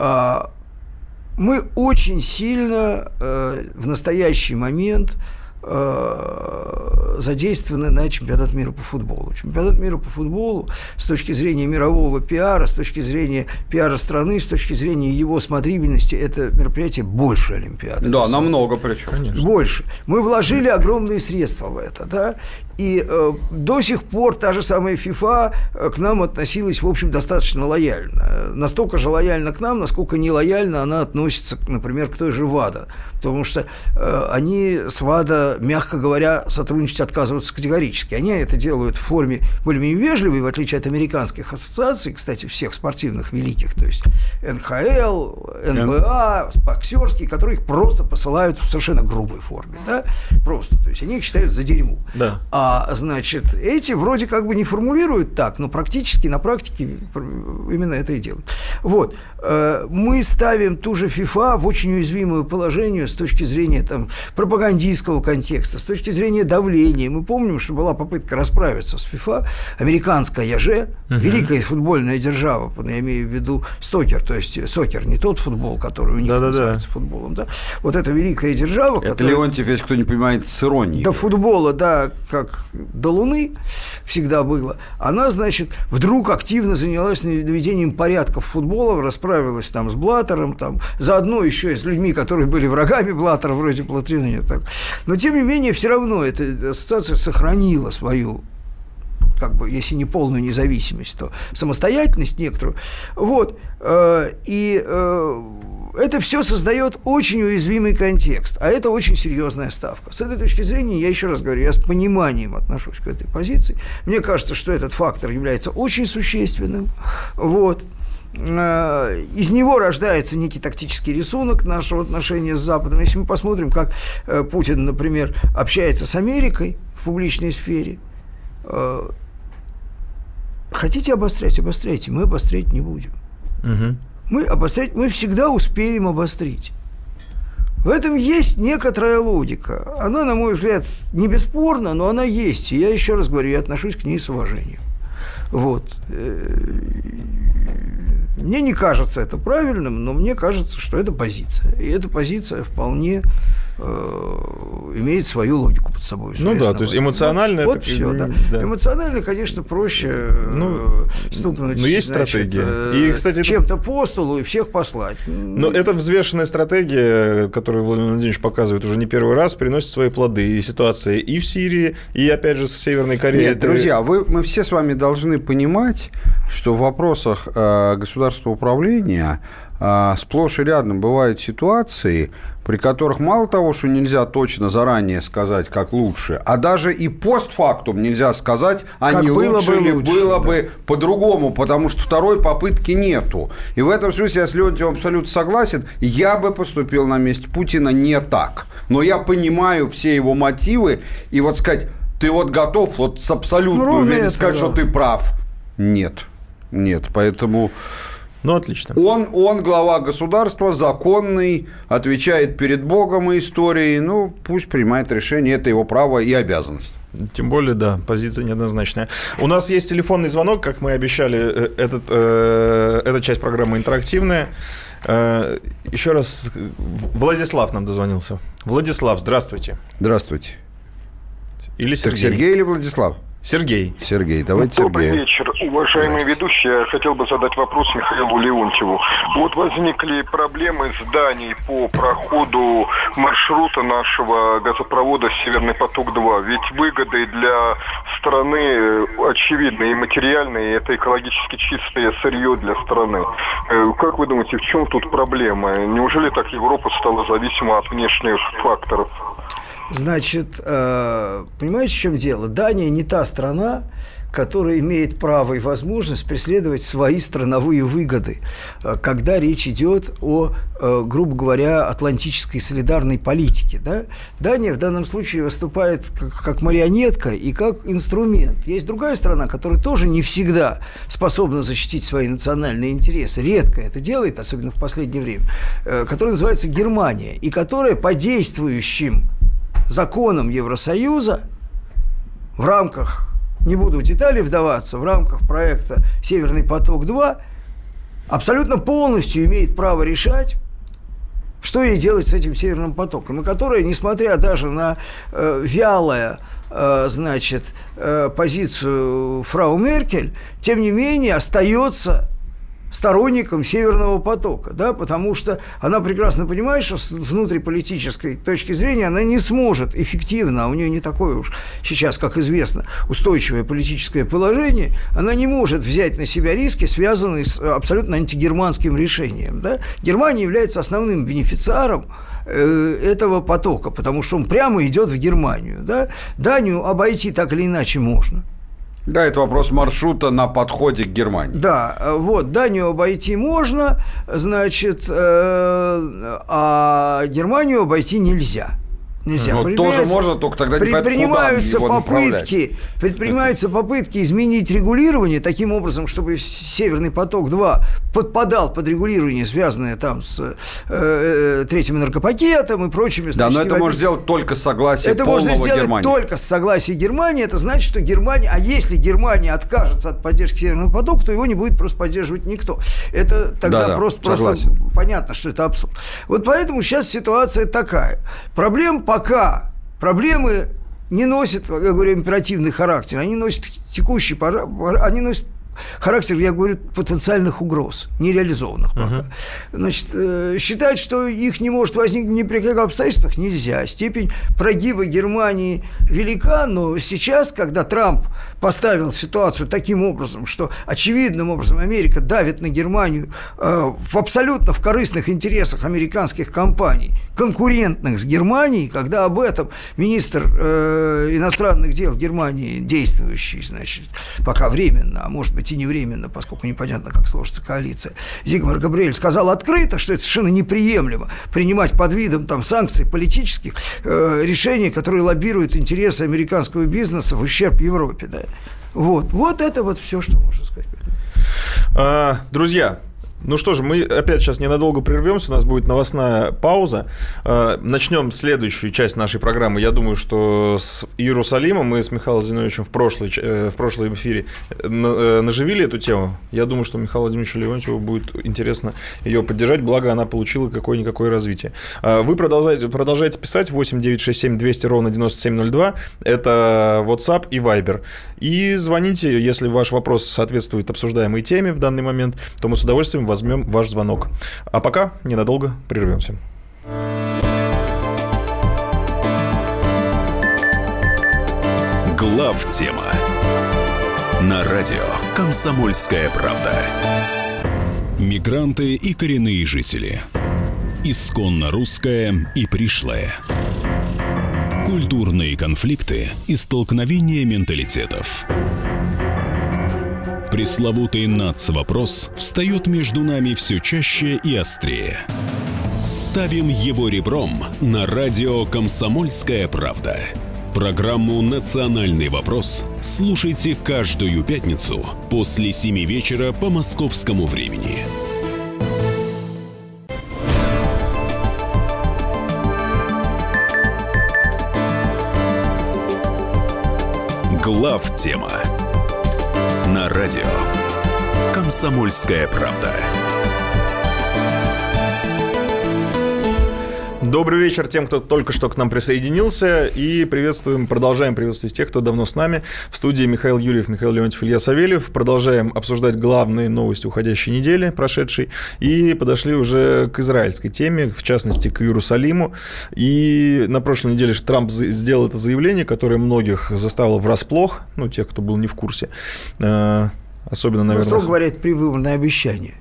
Мы очень сильно в настоящий момент задействованы на чемпионат мира по футболу. Чемпионат мира по футболу с точки зрения мирового пиара, с точки зрения пиара страны, с точки зрения его смотрибельности, это мероприятие больше Олимпиады. Да, намного причем. Конечно. Больше. Мы вложили огромные средства в это, да, и э, до сих пор та же самая ФИФА к нам относилась, в общем, достаточно лояльно. Настолько же лояльно к нам, насколько нелояльно она относится, например, к той же ВАДА. Потому что э, они с ВАДА, мягко говоря, сотрудничать отказываются категорически. Они это делают в форме более-менее вежливой, в отличие от американских ассоциаций, кстати, всех спортивных великих, то есть эн ха эл, эн бэ а, боксерские, которые их просто посылают в совершенно грубой форме. Да? Просто. То есть они их считают за дерьмо. Да. А, значит, эти вроде как бы не формулируют так, но практически на практике именно это и делают. Вот. Мы ставим ту же ФИФА в очень уязвимое положение с точки зрения там, пропагандистского контекста, с точки зрения давления. Мы помним, что была попытка расправиться с ФИФА, американская же, uh-huh. великая футбольная держава, я имею в виду сокер, то есть сокер, не тот футбол, который у них Да-да-да. называется футболом. Да? Вот эта великая держава. Это которая... Леонтьев, если кто не понимает, с иронией. До футбола, да, как до Луны всегда было. Она, значит, вдруг активно занялась наведением порядка в футболе, расправилась там с Блаттером, там, заодно еще и с людьми, которые были врагами Блаттера, вроде Платинина. Так. Но, тем не менее, все равно эта ассоциация сохранила свою, как бы, если не полную независимость, то самостоятельность некоторую. Вот. И это все создает очень уязвимый контекст, а это очень серьезная ставка. С этой точки зрения, я еще раз говорю, я с пониманием отношусь к этой позиции. Мне кажется, что этот фактор является очень существенным. Вот. из него рождается некий тактический рисунок нашего отношения с Западом. Если мы посмотрим, как Путин, например, общается с Америкой в публичной сфере, хотите обострять, обостряйте, мы обострять не будем. Угу. Мы обострять, мы всегда успеем обострить. В этом есть некоторая логика. Она, на мой взгляд, не бесспорна, но она есть. И я еще раз говорю, я отношусь к ней с уважением. Вот. Мне не кажется это правильным, но мне кажется, что это позиция. И эта позиция вполне э, имеет свою логику под собой. Ну да, то есть эмоционально... Вот, это... вот все, да. Да. Эмоционально, конечно, проще ну, стукнуть, но есть значит, стратегия. И, кстати, чем-то по столу и всех послать. Но эта взвешенная стратегия, которую Владимир Владимирович показывает уже не первый раз, приносит свои плоды. И ситуация и в Сирии, и, опять же, с Северной Кореей. Нет, друзья, вы, мы все с вами должны понимать, что в вопросах э, государственного управления э, сплошь и рядом бывают ситуации, при которых мало того, что нельзя точно заранее сказать, как лучше, а даже и постфактум нельзя сказать, а как не лучше бы ли лучше, было да. бы по-другому, потому что второй попытки нету. И в этом смысле я с Леонтьевым абсолютно согласен, я бы поступил на месте Путина не так. Но я понимаю все его мотивы, и вот сказать, ты вот готов вот с абсолютной ну, уверенностью сказать, да. что ты прав. Нет. Нет, поэтому... Ну, отлично. Он, он глава государства, законный, отвечает перед Богом и историей. Ну, пусть принимает решение, это его право и обязанность. Тем более, да, позиция неоднозначная. У нас есть телефонный звонок, как мы обещали, этот, э, эта часть программы интерактивная. Э, еще раз, Владислав нам дозвонился. Владислав, здравствуйте. Здравствуйте. Или Сергей. Так Сергей или Владислав? Сергей. Сергей, давайте Добрый Сергея. вечер, уважаемый ведущий. Я хотел бы задать вопрос Михаилу Леонтьеву. Вот возникли проблемы с Данией по проходу маршрута нашего газопровода «Северный поток-два». Ведь выгоды для страны очевидны и материальные, и это экологически чистое сырье для страны. Как вы думаете, в чем тут проблема? Неужели так Европа стала зависима от внешних факторов? Значит, понимаете, в чем дело? Дания не та страна, которая имеет право и возможность преследовать свои страновые выгоды, когда речь идет о, грубо говоря, атлантической солидарной политике. Да? Дания в данном случае выступает как, как марионетка и как инструмент. Есть другая страна, которая тоже не всегда способна защитить свои национальные интересы, редко это делает, особенно в последнее время, которая называется Германия, и которая по действующим законам Евросоюза в рамках, не буду в детали вдаваться, в рамках проекта «Северный поток-два» абсолютно полностью имеет право решать, что ей делать с этим Северным потоком, и которая, несмотря даже на э, вялое, э, значит, э, позицию фрау Меркель, тем не менее остается сторонником Северного потока, да, потому что она прекрасно понимает, что с внутриполитической точки зрения она не сможет эффективно, а у нее не такое уж сейчас, как известно, устойчивое политическое положение, она не может взять на себя риски, связанные с абсолютно антигерманским решением. Да. Германия является основным бенефициаром этого потока, потому что он прямо идет в Германию. Да. Данию обойти так или иначе можно. Да, это вопрос маршрута на подходе к Германии. Да, вот, Данию обойти можно, значит, э, а Германию обойти нельзя. Нельзя. Ну, тоже можно, только тогда не предпринимаются попытки, предпринимаются попытки изменить регулирование таким образом, чтобы Северный поток-два подпадал под регулирование, связанное там с э, э, третьим энергопакетом и прочими. Да, но это можно сделать только с согласия это полного Германии. Это можно сделать только с согласия Германии. Это значит, что Германия, а если Германия откажется от поддержки Северного потока, то его не будет просто поддерживать никто. Это тогда да, просто, да, просто понятно, что это абсурд. Вот поэтому сейчас ситуация такая. Проблем пока проблемы не носят, я говорю, императивный характер, они носят текущий, они носят характер, я говорю, потенциальных угроз, нереализованных пока. Uh-huh. Значит, э, считать, что их не может возникнуть ни при каких обстоятельствах, нельзя. Степень прогиба Германии велика, но сейчас, когда Трамп поставил ситуацию таким образом, что очевидным образом Америка давит на Германию э, в абсолютно в корыстных интересах американских компаний, конкурентных с Германией, когда об этом министр э, иностранных дел Германии, действующий, значит, пока временно, а может быть, хоть и не временно, поскольку непонятно, как сложится коалиция, Зигмар Габриэль сказал открыто, что это совершенно неприемлемо принимать под видом там, санкций политических э, решения, которые лоббируют интересы американского бизнеса в ущерб Европе. Да. Вот. вот это вот все, что можно сказать. А, друзья, ну что же, мы опять сейчас ненадолго прервемся, у нас будет новостная пауза. Начнем следующую часть нашей программы. Я думаю, что с Иерусалима мы с Михаилом Зиновьевичем в, прошлый, в прошлом эфире наживили эту тему. Я думаю, что Михаилу Владимировичу Леонтьеву будет интересно ее поддержать, благо она получила какое-никакое развитие. Вы продолжаете, продолжаете писать восемь девятьсот шестьдесят семь двести ровно девяносто семь ноль два. Это WhatsApp и Viber. И звоните, если ваш вопрос соответствует обсуждаемой теме в данный момент, то мы с удовольствием возьмем ваш звонок. А пока ненадолго прервемся. Главтема на радио «Комсомольская правда». Мигранты и коренные жители. Исконно русское и пришлое. Культурные конфликты и столкновения менталитетов. Пресловутый нацвопрос встает между нами все чаще и острее. Ставим его ребром на радио «Комсомольская правда». Программу «Национальный вопрос» слушайте каждую пятницу после семи вечера по московскому времени. Главтема на радио «Комсомольская правда». Добрый вечер тем, кто только что к нам присоединился. И приветствуем, продолжаем приветствовать тех, кто давно с нами. В студии Михаил Юрьев, Михаил Леонтьев, Илья Савельев. Продолжаем обсуждать главные новости уходящей недели, прошедшей. И подошли уже к израильской теме, в частности, к Иерусалиму. И на прошлой неделе Трамп сделал это заявление, которое многих заставило врасплох, ну, тех, кто был не в курсе. Особенно, наверное... Ну, строго говоря, это предвыборное обещание.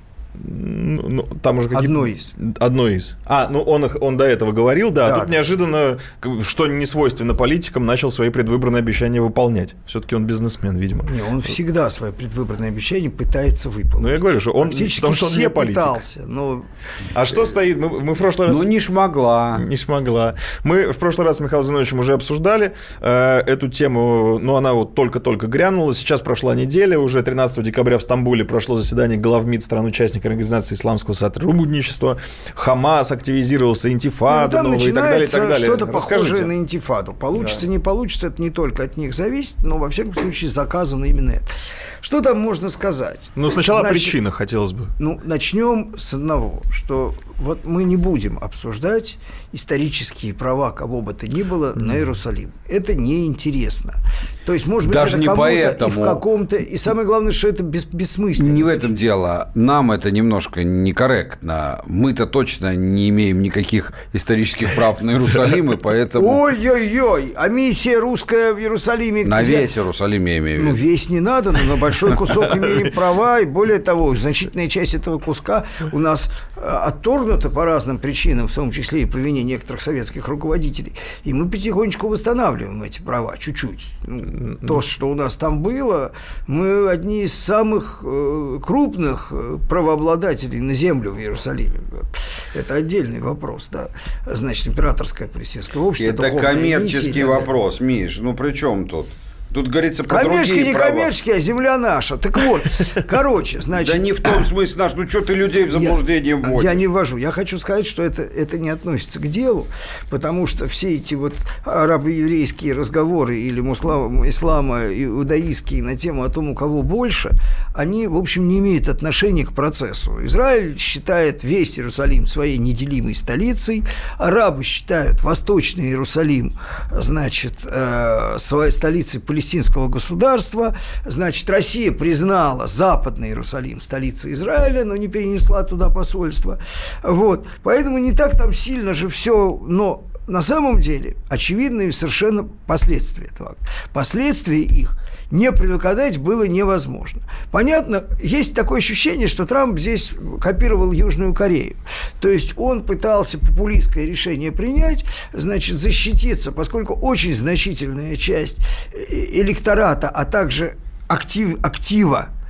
Ну, там уже какие-то... Одно из. Одно из. А, ну он, он до этого говорил, да. да а тут да. неожиданно, что не свойственно политикам, начал свои предвыборные обещания выполнять. Все-таки он бизнесмен, видимо. Не, он всегда свои предвыборные обещания пытается выполнить. Ну, я говорю, что он, потому что он не политик. Пытался, но... А что стоит? Мы, мы в прошлый раз... Ну, не шмогла. Не шмогла. Мы в прошлый раз с Михаилом Зиновьевичем уже обсуждали э, эту тему, но она вот только-только грянула. Сейчас прошла неделя, уже тринадцатого декабря в Стамбуле прошло заседание главмид стран-участников Организации исламского сотрудничества, Хамас активизировался, интифада ну, новая и так далее, и так далее. Что-то похожее на интифаду. Получится, да. не получится, это не только от них зависит, но, во всяком случае, заказано именно это. Что там можно сказать? Ну, сначала о причинах хотелось бы. Ну, начнем с одного, что вот мы не будем обсуждать исторические права кого бы то ни было mm. на Иерусалим. Это неинтересно. То есть, может быть, даже это не кому-то поэтому... и в каком-то... И самое главное, что это бес... бессмысленно. Не в этом дело. Нам это немножко некорректно. Мы-то точно не имеем никаких исторических прав на Иерусалим, и поэтому... Ой-ой-ой! А миссия русская в Иерусалиме... На весь Иерусалим я имею в виду. Ну, весь не надо, но на большой кусок имеем права, и более того, значительная часть этого куска у нас отторгнута по разным причинам, в том числе и по вине некоторых советских руководителей. И мы потихонечку восстанавливаем эти права, чуть-чуть. То, что у нас там было, мы одни из самых э, крупных правообладателей на землю в Иерусалиме. Это отдельный вопрос, да. Значит, императорское палестинское общество. Это коммерческий миссия, вопрос, да. Миш. Ну при чем тут? Тут говорится про коммерческий, другие не права. Коммерческий, а земля наша. Так вот, короче, значит... Да не в том смысле наш, ну что ты людей в заблуждение вводишь? Я не ввожу. Я хочу сказать, что это, это не относится к делу, потому что все эти вот арабо-еврейские разговоры или муслам, ислама, иудаистские на тему о том, у кого больше, они, в общем, не имеют отношения к процессу. Израиль считает весь Иерусалим своей неделимой столицей, арабы считают Восточный Иерусалим, значит, э, своей столицей Палестины, палестинского государства. Значит, Россия признала Западный Иерусалим столицей Израиля, но не перенесла туда посольство. Вот. Поэтому не так там сильно же все, но на самом деле очевидные совершенно последствия этого. Последствия их не предугадать было невозможно. Понятно, есть такое ощущение, что Трамп здесь копировал Южную Корею. То есть он пытался популистское решение принять, значит, защититься, поскольку очень значительная часть электората, а также актив, актива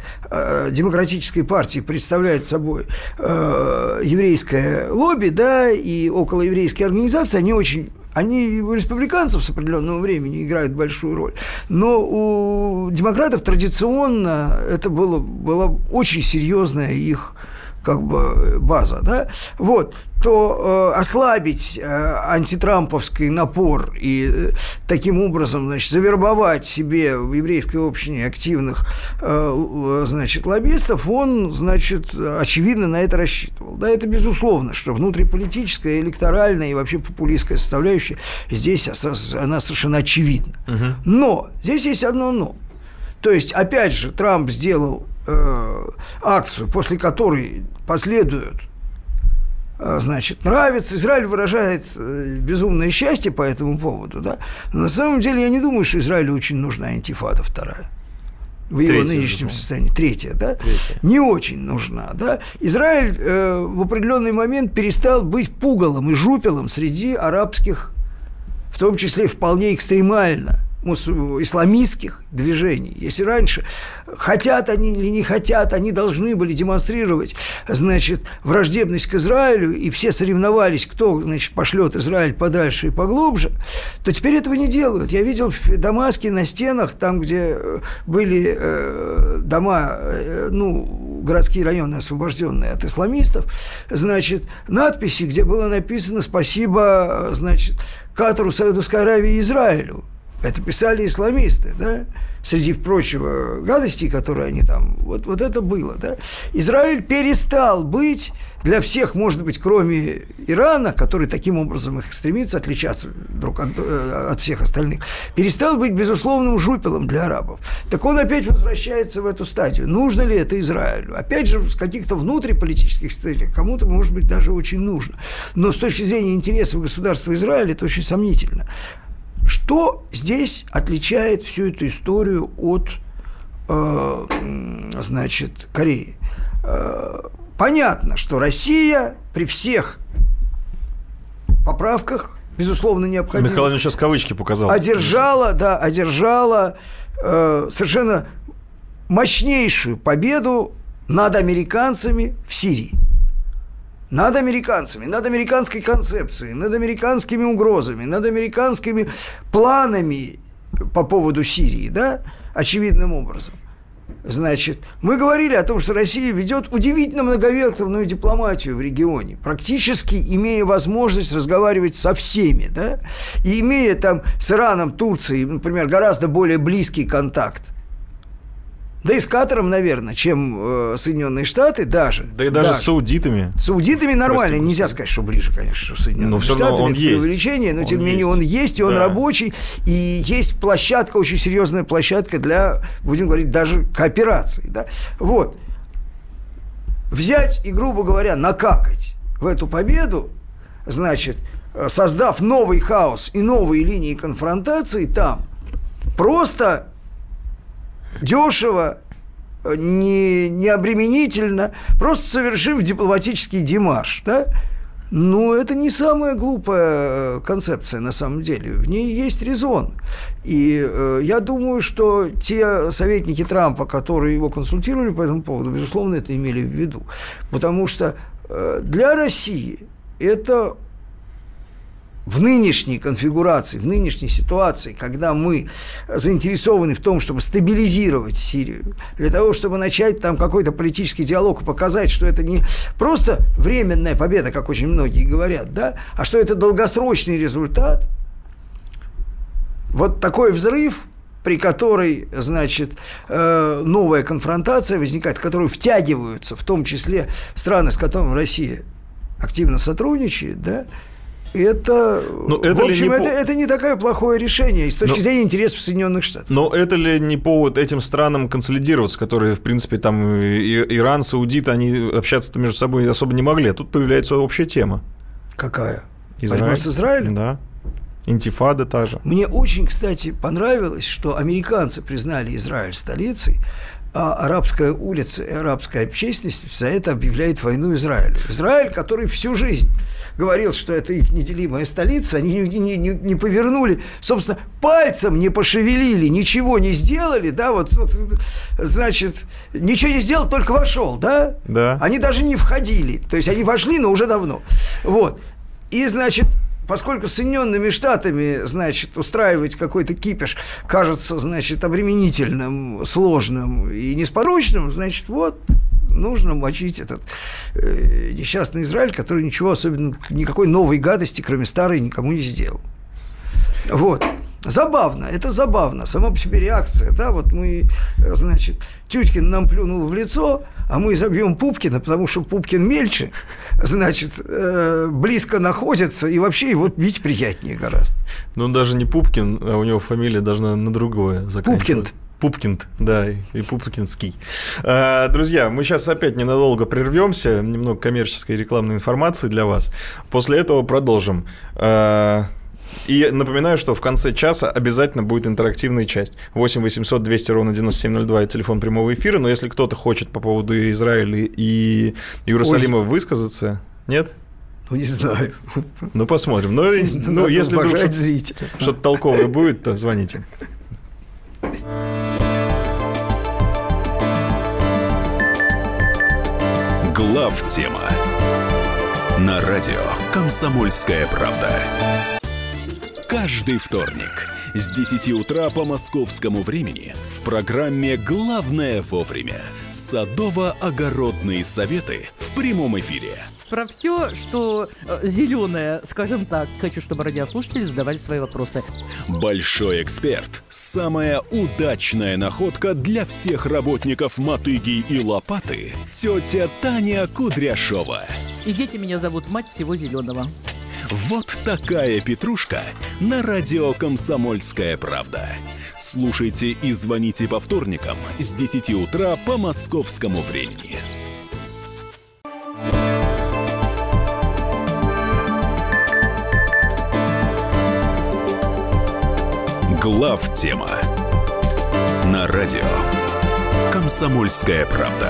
э, демократической партии представляет собой э, еврейское лобби, да, и околоеврейские организации, они очень... Они у республиканцев с определенного времени играют большую роль, но у демократов традиционно это было, была очень серьезная их как бы база, да, вот, то э, ослабить э, антитрамповский напор и э, таким образом, значит, завербовать себе в еврейской общине активных, э, значит, лоббистов, он, значит, очевидно на это рассчитывал. Да, это безусловно, что внутриполитическая, электоральная и вообще популистская составляющая здесь она совершенно очевидна. Угу. Но здесь есть одно но. То есть, опять же, Трамп сделал э, акцию, после которой последуют, э, значит, нравится. Израиль выражает э, безумное счастье по этому поводу, да. Но на самом деле я не думаю, что Израилю очень нужна интифада вторая. В его Третья, нынешнем состоянии. Третья, да? Третья. Не очень нужна, да? Израиль э, в определенный момент перестал быть пугалом и жупелом среди арабских, в том числе вполне экстремально исламистских движений. Если раньше хотят они или не хотят, они должны были демонстрировать, значит, враждебность к Израилю, и все соревновались, кто, значит, пошлет Израиль подальше и поглубже, то теперь этого не делают. Я видел в Дамаске на стенах, там, где были э, дома, э, ну, городские районы, освобожденные от исламистов, значит, надписи, где было написано «Спасибо, значит, Катару, Саудовской Аравии и Израилю». Это писали исламисты, да, среди прочего гадостей, которые они там, вот, вот это было, да. Израиль перестал быть для всех, может быть, кроме Ирана, который таким образом их стремится отличаться друг от, от всех остальных, перестал быть безусловным жупелом для арабов. Так он опять возвращается в эту стадию. Нужно ли это Израилю? Опять же, с каких-то внутриполитических целей кому-то, может быть, даже очень нужно. Но с точки зрения интересов государства Израиля это очень сомнительно. Что здесь отличает всю эту историю от, э, значит, Кореи? Э, понятно, что Россия при всех поправках, безусловно, необходимых, Михаил Ильич сейчас кавычки показал, одержала, да, одержала э, совершенно мощнейшую победу над американцами в Сирии. Над американцами, над американской концепцией, над американскими угрозами, над американскими планами по поводу Сирии, да, очевидным образом. Значит, мы говорили о том, что Россия ведет удивительно многовекторную дипломатию в регионе, практически имея возможность разговаривать со всеми, да, и имея там с Ираном, Турцией, например, гораздо более близкий контакт. Да и с Катаром, наверное, чем э, Соединенные Штаты даже. Да и даже, даже. с саудитами. С саудитами нормально. Прости, Нельзя сказать, что ближе, конечно, что Соединенные но Штаты. Но он есть. Увеличение, но он тем не менее он есть, и он да. рабочий. И есть площадка, очень серьезная площадка для, будем говорить, даже кооперации. Да? Вот. Взять и, грубо говоря, накакать в эту победу, значит, создав новый хаос и новые линии конфронтации там, просто... дешево, не, не обременительно, просто совершив дипломатический демарш, да? Но это не самая глупая концепция на самом деле, в ней есть резон. И э, я думаю, что те советники Трампа, которые его консультировали по этому поводу, безусловно, это имели в виду. Потому что э, для России это... в нынешней конфигурации, в нынешней ситуации, когда мы заинтересованы в том, чтобы стабилизировать Сирию, для того, чтобы начать там какой-то политический диалог и показать, что это не просто временная победа, как очень многие говорят, да, а что это долгосрочный результат, вот такой взрыв, при которой, значит, новая конфронтация возникает, в которую втягиваются, в том числе страны, с которыми Россия активно сотрудничает, да, это, но это, в общем, не это, по... это не такое плохое решение с точки но... зрения интересов Соединенных Штатов. Но это ли не повод этим странам консолидироваться, которые, в принципе, там Иран, Саудиты, они общаться-то между собой особо не могли, а тут появляется общая тема. Какая? Израиль. Борьба с Израилем? Да. Интифада та же. Мне очень, кстати, понравилось, что американцы признали Израиль столицей, а арабская улица и арабская общественность за это объявляет войну Израилю. Израиль, который всю жизнь говорил, что это их неделимая столица, они не, не, не, не повернули, собственно, пальцем не пошевелили, ничего не сделали, да, вот, вот значит, ничего не сделал, только вошел, да? Да. Они даже не входили, то есть они вошли, но уже давно. Вот. И, значит, поскольку с Соединенными Штатами, значит, устраивать какой-то кипиш кажется, значит, обременительным, сложным и несподручным, значит, вот нужно мочить этот э, несчастный Израиль, который ничего особенно, никакой новой гадости, кроме старой, никому не сделал. Вот. Забавно, это забавно, сама по себе реакция, да, вот мы, значит, Тюткин нам плюнул в лицо, а мы забьем Пупкина, потому что Пупкин мельче, значит, э, близко находится, и вообще его бить приятнее гораздо. Ну, он даже не Пупкин, а у него фамилия должна на другое заканчиваться. Пупкин. Пупкинд, да, и Пупкинский. А, друзья, мы сейчас опять ненадолго прервемся, немного коммерческой и рекламной информации для вас. После этого продолжим. А, и напоминаю, что в конце часа обязательно будет интерактивная часть. восемь восемьсот двести ровно девяносто семь ноль два это телефон прямого эфира. Но если кто-то хочет по поводу Израиля и Иерусалима Ой. высказаться, нет? Ну, не знаю. Ну, посмотрим. Ну, ну если вдруг что-то, что-то толковое будет, то звоните. Главтема на радио «Комсомольская правда». Каждый вторник с десяти утра по московскому времени в программе «Главное вовремя» садово-огородные советы в прямом эфире. Про все, что э, зеленое, скажем так, хочу, чтобы радиослушатели задавали свои вопросы. Большой эксперт. Самая удачная находка для всех работников мотыги и лопаты. Тетя Таня Кудряшова. И дети меня зовут мать всего зеленого. Вот такая петрушка на радио «Комсомольская правда». Слушайте и звоните по вторникам с десяти утра по московскому времени. Главтема на радио «Комсомольская правда».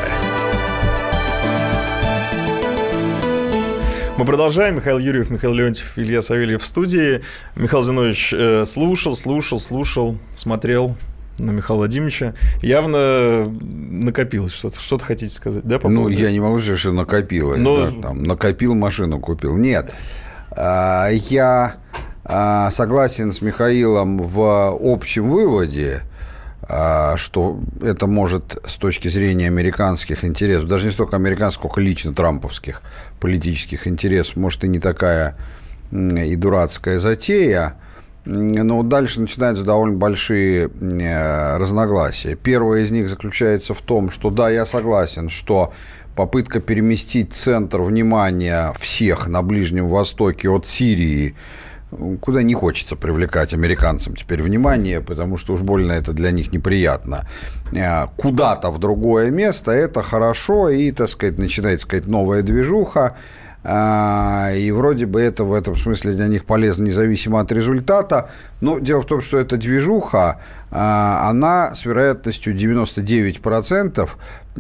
Мы продолжаем. Михаил Юрьев, Михаил Леонтьев, Илья Савельев в студии. Михаил Зиновьевич э, слушал, слушал, слушал, смотрел на Михаила Владимировича. Явно накопилось что-то. Что-то хотите сказать, да? По ну, поводу? Я не могу сказать, что накопилось. Но... Да, там, накопил, машину купил. Нет. А, я а, согласен с Михаилом в общем выводе, что это может с точки зрения американских интересов, даже не столько американских, сколько лично трамповских политических интересов, может и не такая и дурацкая затея, но дальше начинаются довольно большие разногласия. Первое из них заключается в том, что да, я согласен, что попытка переместить центр внимания всех на Ближнем Востоке от Сирии, куда не хочется привлекать американцам теперь внимание, потому что уж больно это для них неприятно, куда-то в другое место, это хорошо, и, так сказать, начинает, так сказать, новая движуха, и вроде бы это в этом смысле для них полезно, независимо от результата, но дело в том, что эта движуха, она с вероятностью девяносто девять процентов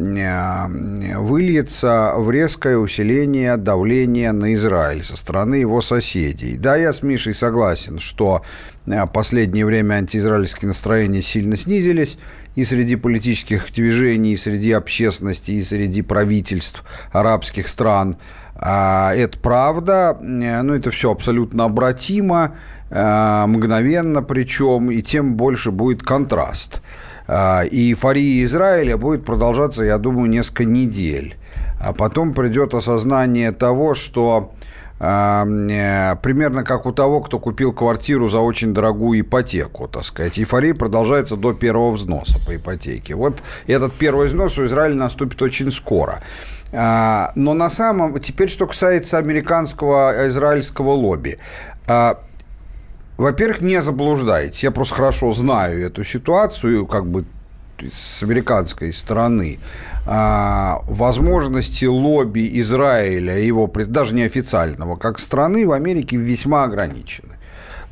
выльется в резкое усиление давления на Израиль со стороны его соседей. Да, я с Мишей согласен, что в последнее время антиизраильские настроения сильно снизились и среди политических движений, и среди общественности, и среди правительств арабских стран. Это правда, но это все абсолютно обратимо, мгновенно причем, и тем больше будет контраст. И эйфория Израиля будет продолжаться, я думаю, несколько недель. А потом придет осознание того, что э, примерно как у того, кто купил квартиру за очень дорогую ипотеку, так сказать. Эйфория продолжается до первого взноса по ипотеке. Вот этот первый взнос у Израиля наступит очень скоро. А, но на самом... Теперь, что касается американского израильского лобби. А, Во-первых, не заблуждайтесь. Я просто хорошо знаю эту ситуацию, как бы с американской стороны. А, возможности лобби Израиля, его даже неофициального, как страны, в Америке весьма ограничены.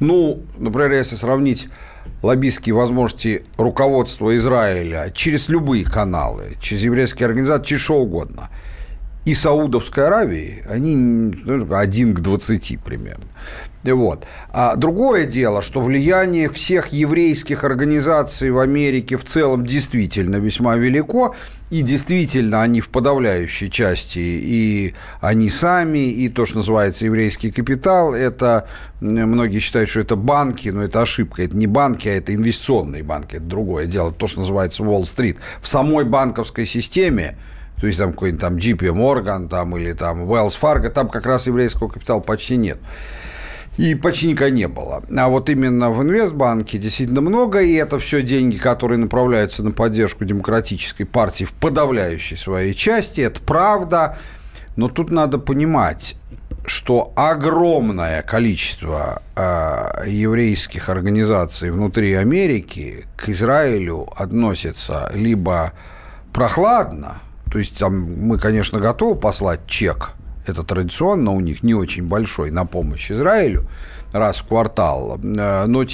Ну, например, если сравнить лоббистские возможности руководства Израиля через любые каналы, через еврейские организации, через что угодно, и Саудовской Аравии, они ну, один к двадцати примерно. Вот. А другое дело, что влияние всех еврейских организаций в Америке в целом действительно весьма велико, и действительно они в подавляющей части, и они сами, и то, что называется еврейский капитал, это, многие считают, что это банки, но это ошибка, это не банки, а это инвестиционные банки, это другое дело, то, что называется Уолл-стрит. В самой банковской системе, то есть там какой-нибудь там джей пи Morgan там, или там Wells Fargo, там как раз еврейского капитала почти нет. И почти никогда не было. А вот именно в инвестбанке действительно много, и это все деньги, которые направляются на поддержку демократической партии в подавляющей своей части. Это правда. Но тут надо понимать, что огромное количество э, еврейских организаций внутри Америки к Израилю относится либо прохладно, то есть там мы, конечно, готовы послать чек, это традиционно у них, не очень большой, на помощь Израилю раз в квартал, но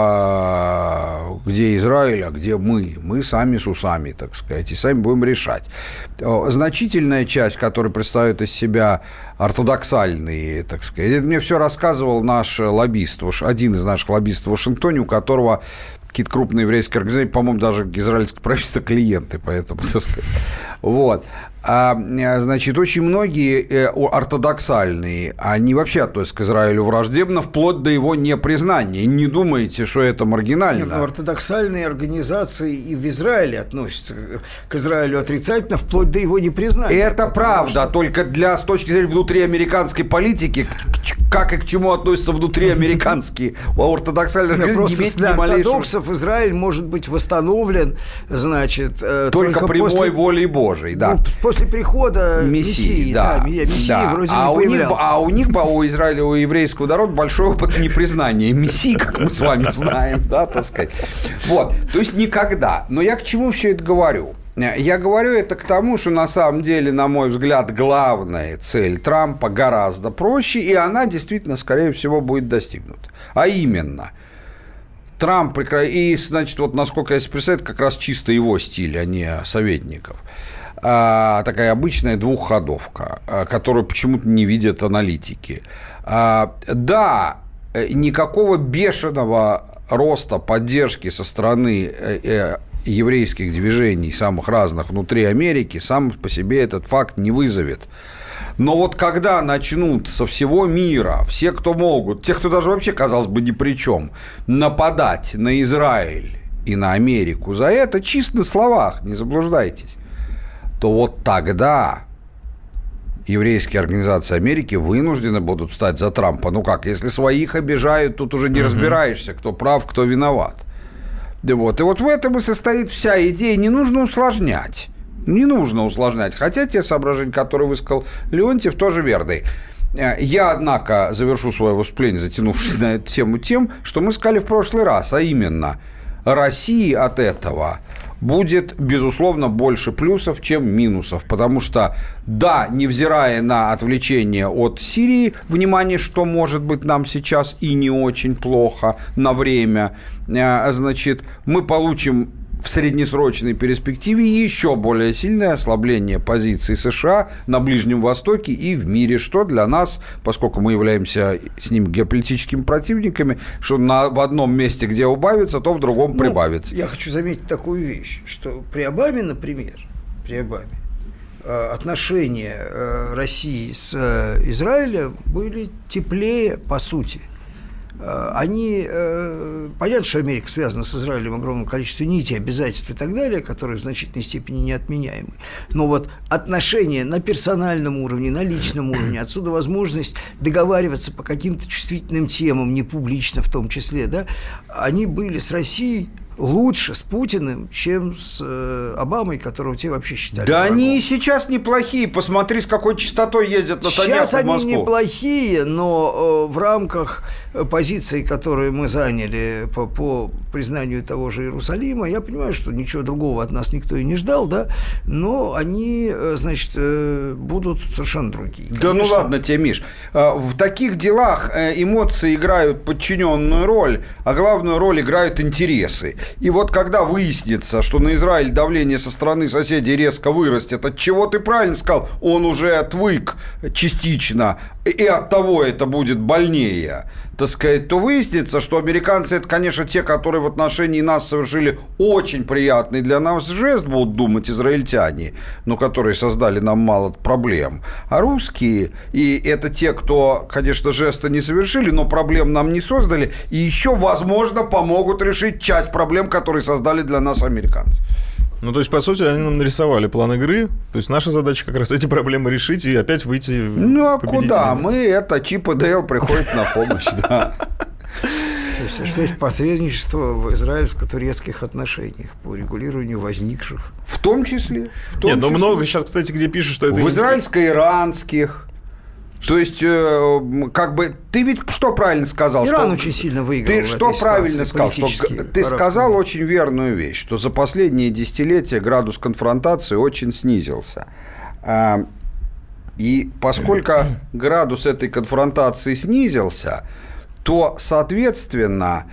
типа где Израиль, а где мы? Мы сами с усами, так сказать, и сами будем решать. Значительная часть, которая представляет из себя ортодоксальные, так сказать, это мне все рассказывал наш лоббист, один из наших лоббистов в Вашингтоне, у которого какие-то крупные еврейские организации, по-моему, даже израильское правительство клиенты, поэтому, так сказать. Вот. А, значит, очень многие ортодоксальные, они вообще относятся к Израилю враждебно, вплоть до его непризнания. Не думайте, что это маргинально. Нет, ортодоксальные организации и в Израиле относятся к Израилю отрицательно, вплоть до его непризнания. Это правда, что... только для, с точки зрения внутриамериканской политики, как и к чему относятся внутриамериканские ортодоксальные организации, не имеет ни малейшего... Израиль может быть восстановлен, значит, только, только прямой после... волей Божией, да. Ну, после прихода Мессии, Мессии да, да, Мессии да. вроде а не появлялся. У них, а у них, у Израиля, у еврейского народа большой опыт непризнания Мессии, как мы с вами знаем, да, так сказать. Вот, то есть никогда. Но я к чему все это говорю? Я говорю это к тому, что на самом деле, на мой взгляд, главная цель Трампа гораздо проще, и она действительно, скорее всего, будет достигнута. А именно... Трамп, и, значит, вот насколько я себе представляю, как раз чисто его стиль, а не советников. А, такая обычная двухходовка, которую почему-то не видят аналитики. А, да, никакого бешеного роста поддержки со стороны еврейских движений, самых разных внутри Америки, сам по себе этот факт не вызовет. Но вот когда начнут со всего мира, все, кто могут, те, кто даже вообще, казалось бы, ни при чем, нападать на Израиль и на Америку за это, чисто на словах, не заблуждайтесь, то вот тогда еврейские организации Америки вынуждены будут встать за Трампа. Ну как, если своих обижают, тут уже не угу. разбираешься, кто прав, кто виноват. Да вот. И вот в этом и состоит вся идея, не нужно усложнять. Не нужно усложнять, хотя те соображения, которые высказал Леонтьев, тоже верны. Я, однако, завершу свое выступление, затянувшись на эту тему, тем, что мы сказали в прошлый раз, а именно, России от этого будет, безусловно, больше плюсов, чем минусов, потому что, да, невзирая на отвлечение от Сирии, внимание, что может быть нам сейчас и не очень плохо на время, значит, мы получим в среднесрочной перспективе еще более сильное ослабление позиций США на Ближнем Востоке и в мире, что для нас, поскольку мы являемся с ним геополитическими противниками, что на, в одном месте, где убавится, то в другом ну, прибавится. Я хочу заметить такую вещь, что при Обаме, например, при Обаме отношения России с Израилем были теплее, по сути. Они, понятно, что Америка связана с Израилем огромным количеством нитей, обязательств и так далее, которые в значительной степени неотменяемы. Но вот отношения на персональном уровне, на личном уровне, отсюда возможность договариваться по каким-то чувствительным темам, не публично в том числе, да, они были с Россией лучше с Путиным, чем с э, Обамой, которого те вообще считали. Да врагом. Они и сейчас неплохие. Посмотри, с какой частотой ездят на Таньяху в Москву. Сейчас они неплохие, но э, в рамках позиции, которые мы заняли по, по признанию того же Иерусалима. Я понимаю, что ничего другого от нас никто и не ждал, да, но они, значит, будут совершенно другие. Да конечно. Ну ладно тебе, Миш. В таких делах эмоции играют подчиненную роль, а главную роль играют интересы. И вот когда выяснится, что на Израиль давление со стороны соседей резко вырастет, от чего ты правильно сказал, он уже отвык частично, и от того это будет больнее, так сказать, то выяснится, что американцы, это, конечно, те, которые в отношении нас совершили очень приятный для нас жест, будут думать израильтяне, но которые создали нам мало проблем. А русские, и это те, кто, конечно, жеста не совершили, но проблем нам не создали, и еще, возможно, помогут решить часть проблем, которые создали для нас американцы. Ну, то есть, по сути, они нам нарисовали план игры. То есть, наша задача как раз эти проблемы решить и опять выйти Ну, а куда? Мы, это Чип и Дейл приходят на помощь, да. То есть, что есть посредничество в израильско-турецких отношениях по регулированию возникших. В том числе. Нет, но много сейчас, кстати, где пишут, что это... В израильско-иранских. То есть, как бы, ты ведь что правильно сказал? Иран что, очень сильно выиграл. Ты что правильно сказал? Что, ты сказал очень верную вещь, что за последние десятилетия градус конфронтации очень снизился. И поскольку градус этой конфронтации снизился, то, соответственно,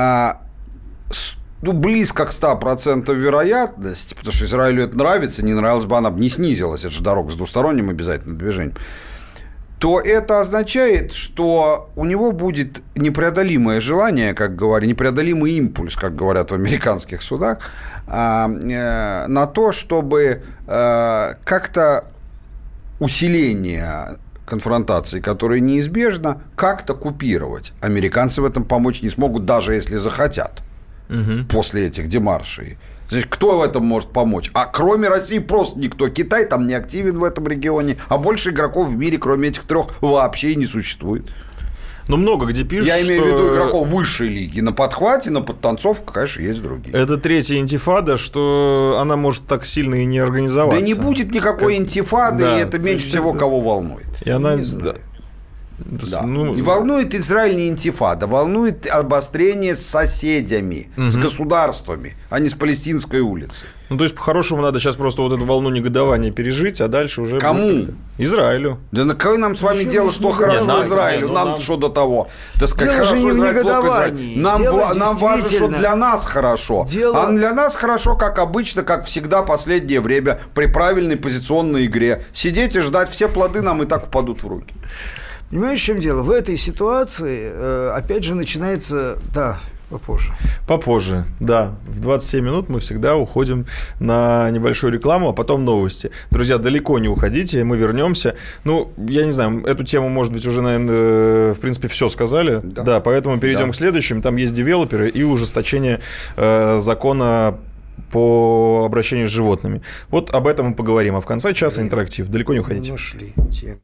ну, близко к ста процентам вероятности, потому что Израилю это нравится, не нравилось бы, она бы не снизилась, это же дорога с двусторонним обязательно движением, то это означает, что у него будет непреодолимое желание, как говорят, непреодолимый импульс, как говорят в американских судах, на то, чтобы как-то усиление конфронтации, которое неизбежно, как-то купировать. Американцы в этом помочь не смогут, даже если захотят, угу. после этих демаршей. Значит, кто в этом может помочь? А кроме России просто никто. Китай там не активен в этом регионе, а больше игроков в мире, кроме этих трех, вообще не существует. Но много где пишут, Я имею что... в виду игроков высшей лиги. На подхвате, на подтанцовку, конечно, есть другие. Это третья интифада, что она может так сильно и не организоваться. Да не будет никакой как... интифады, да, и это меньше всего да. кого волнует. И она... Да. Да. Ну, и волнует Израиль не интифада, волнует обострение с соседями, угу. с государствами, а не с Палестинской улицы. Ну, то есть, по-хорошему, надо сейчас просто вот эту волну негодования пережить, а дальше уже... Кому? Израилю. Да на какое нам с вами еще дело, что хорошо нам, Израилю? Нет, нам, нам что до того? Так сказать, дело хорошо Израиль, плохо Израиль. Нам, дело нам важно, что для нас хорошо. Дело... А для нас хорошо, как обычно, как всегда последнее время, при правильной позиционной игре. Сидеть и ждать, все плоды нам и так упадут в руки. Понимаешь, в чем дело? В этой ситуации, э, опять же, начинается... Да, попозже. Попозже, да. В двадцать семь минут мы всегда уходим на небольшую рекламу, а потом новости. Друзья, далеко не уходите, мы вернемся. Ну, я не знаю, эту тему, может быть, уже, наверное, в принципе, все сказали. Да, да поэтому перейдем да. к следующим. Там есть девелоперы и ужесточение э, закона по обращению с животными. Вот об этом мы поговорим. А в конце часа интерактив. Далеко не уходите. Нашли тему.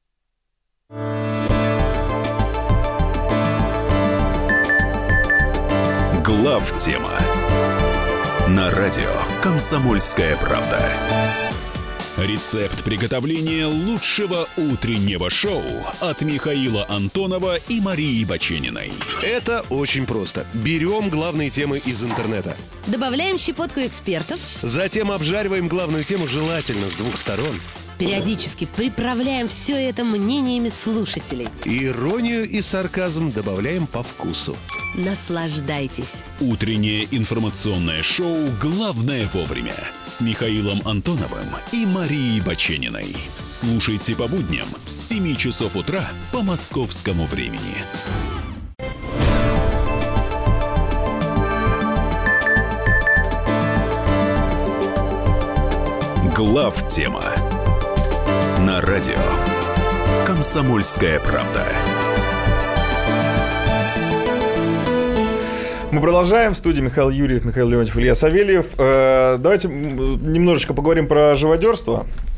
Главтема на радио «Комсомольская правда». Рецепт приготовления лучшего утреннего шоу от Михаила Антонова и Марии Бачениной. Это очень просто. Берем главные темы из интернета. Добавляем щепотку экспертов. Затем обжариваем главную тему желательно с двух сторон. Периодически приправляем все это мнениями слушателей. Иронию и сарказм добавляем по вкусу. Наслаждайтесь. Утреннее информационное шоу «Главное вовремя» с Михаилом Антоновым и Марией Бачениной. Слушайте по будням с семи часов утра по московскому времени. Главтема на радио «Комсомольская правда». Мы продолжаем. В студии Михаил Юрьев, Михаил Леонтьев, Илья Савельев. Э, давайте немножечко поговорим про живодерство.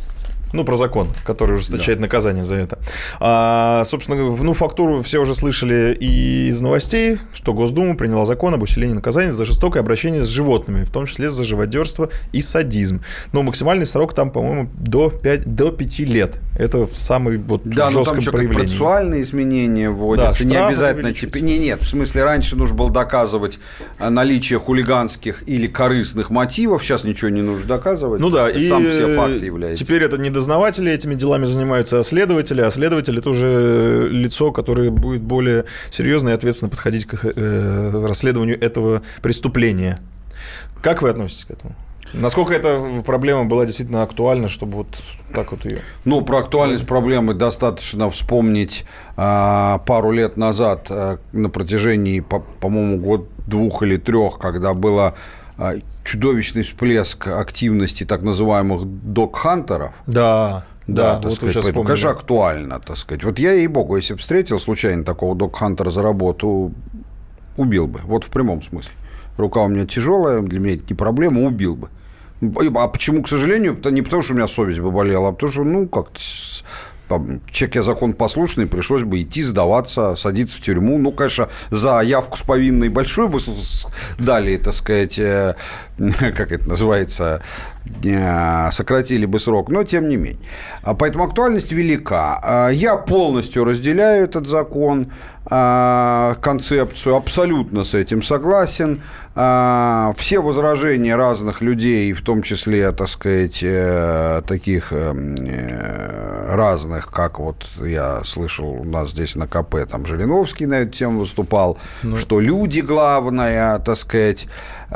Ну, про закон, который ужесточает да. наказание за это. А, собственно, ну, фактуру все уже слышали и из новостей, что Госдума приняла закон об усилении наказания за жестокое обращение с животными, в том числе за живодерство и садизм. Но максимальный срок там, по-моему, до, пяти, до пяти лет. Это в самой вот, да, жестком но там еще проявлении. процессуальные изменения вводятся. Да, не обязательно теперь. Не, нет, в смысле, раньше нужно было доказывать наличие хулиганских или корыстных мотивов. Сейчас ничего не нужно доказывать. Ну да, это и сам по себе факт является. Теперь это не дознаватели этими делами занимаются, а следователи. А следователь – это уже лицо, которое будет более серьезно и ответственно подходить к э, расследованию этого преступления. Как вы относитесь к этому? Насколько эта проблема была действительно актуальна, чтобы вот так вот ее... Ну, про актуальность проблемы достаточно вспомнить а, пару лет назад, а, на протяжении, по, по-моему, год, двух или трех, когда было... А, чудовищный всплеск активности так называемых дог-хантеров. Да, да, да, так вот сказать, сейчас поэтому, конечно, актуально, так сказать. Вот я, ей-богу, если бы встретил случайно такого дог-хантера за работу, убил бы, вот в прямом смысле. Рука у меня тяжелая, для меня это не проблема, убил бы. А почему, к сожалению? Не потому, что у меня совесть бы болела, а потому, что, ну, как-то... Человек, я законопослушный, пришлось бы идти, сдаваться, садиться в тюрьму. Ну, конечно, за явку с повинной большой бы дали, так сказать, как это называется, сократили бы срок, но тем не менее. Поэтому актуальность велика. Я полностью разделяю этот закон, концепцию, абсолютно с этим согласен. Все возражения разных людей, в том числе, так сказать, таких разных, как вот я слышал у нас здесь на КП, там Жириновский на эту тему выступал, ну, что люди главное, так сказать,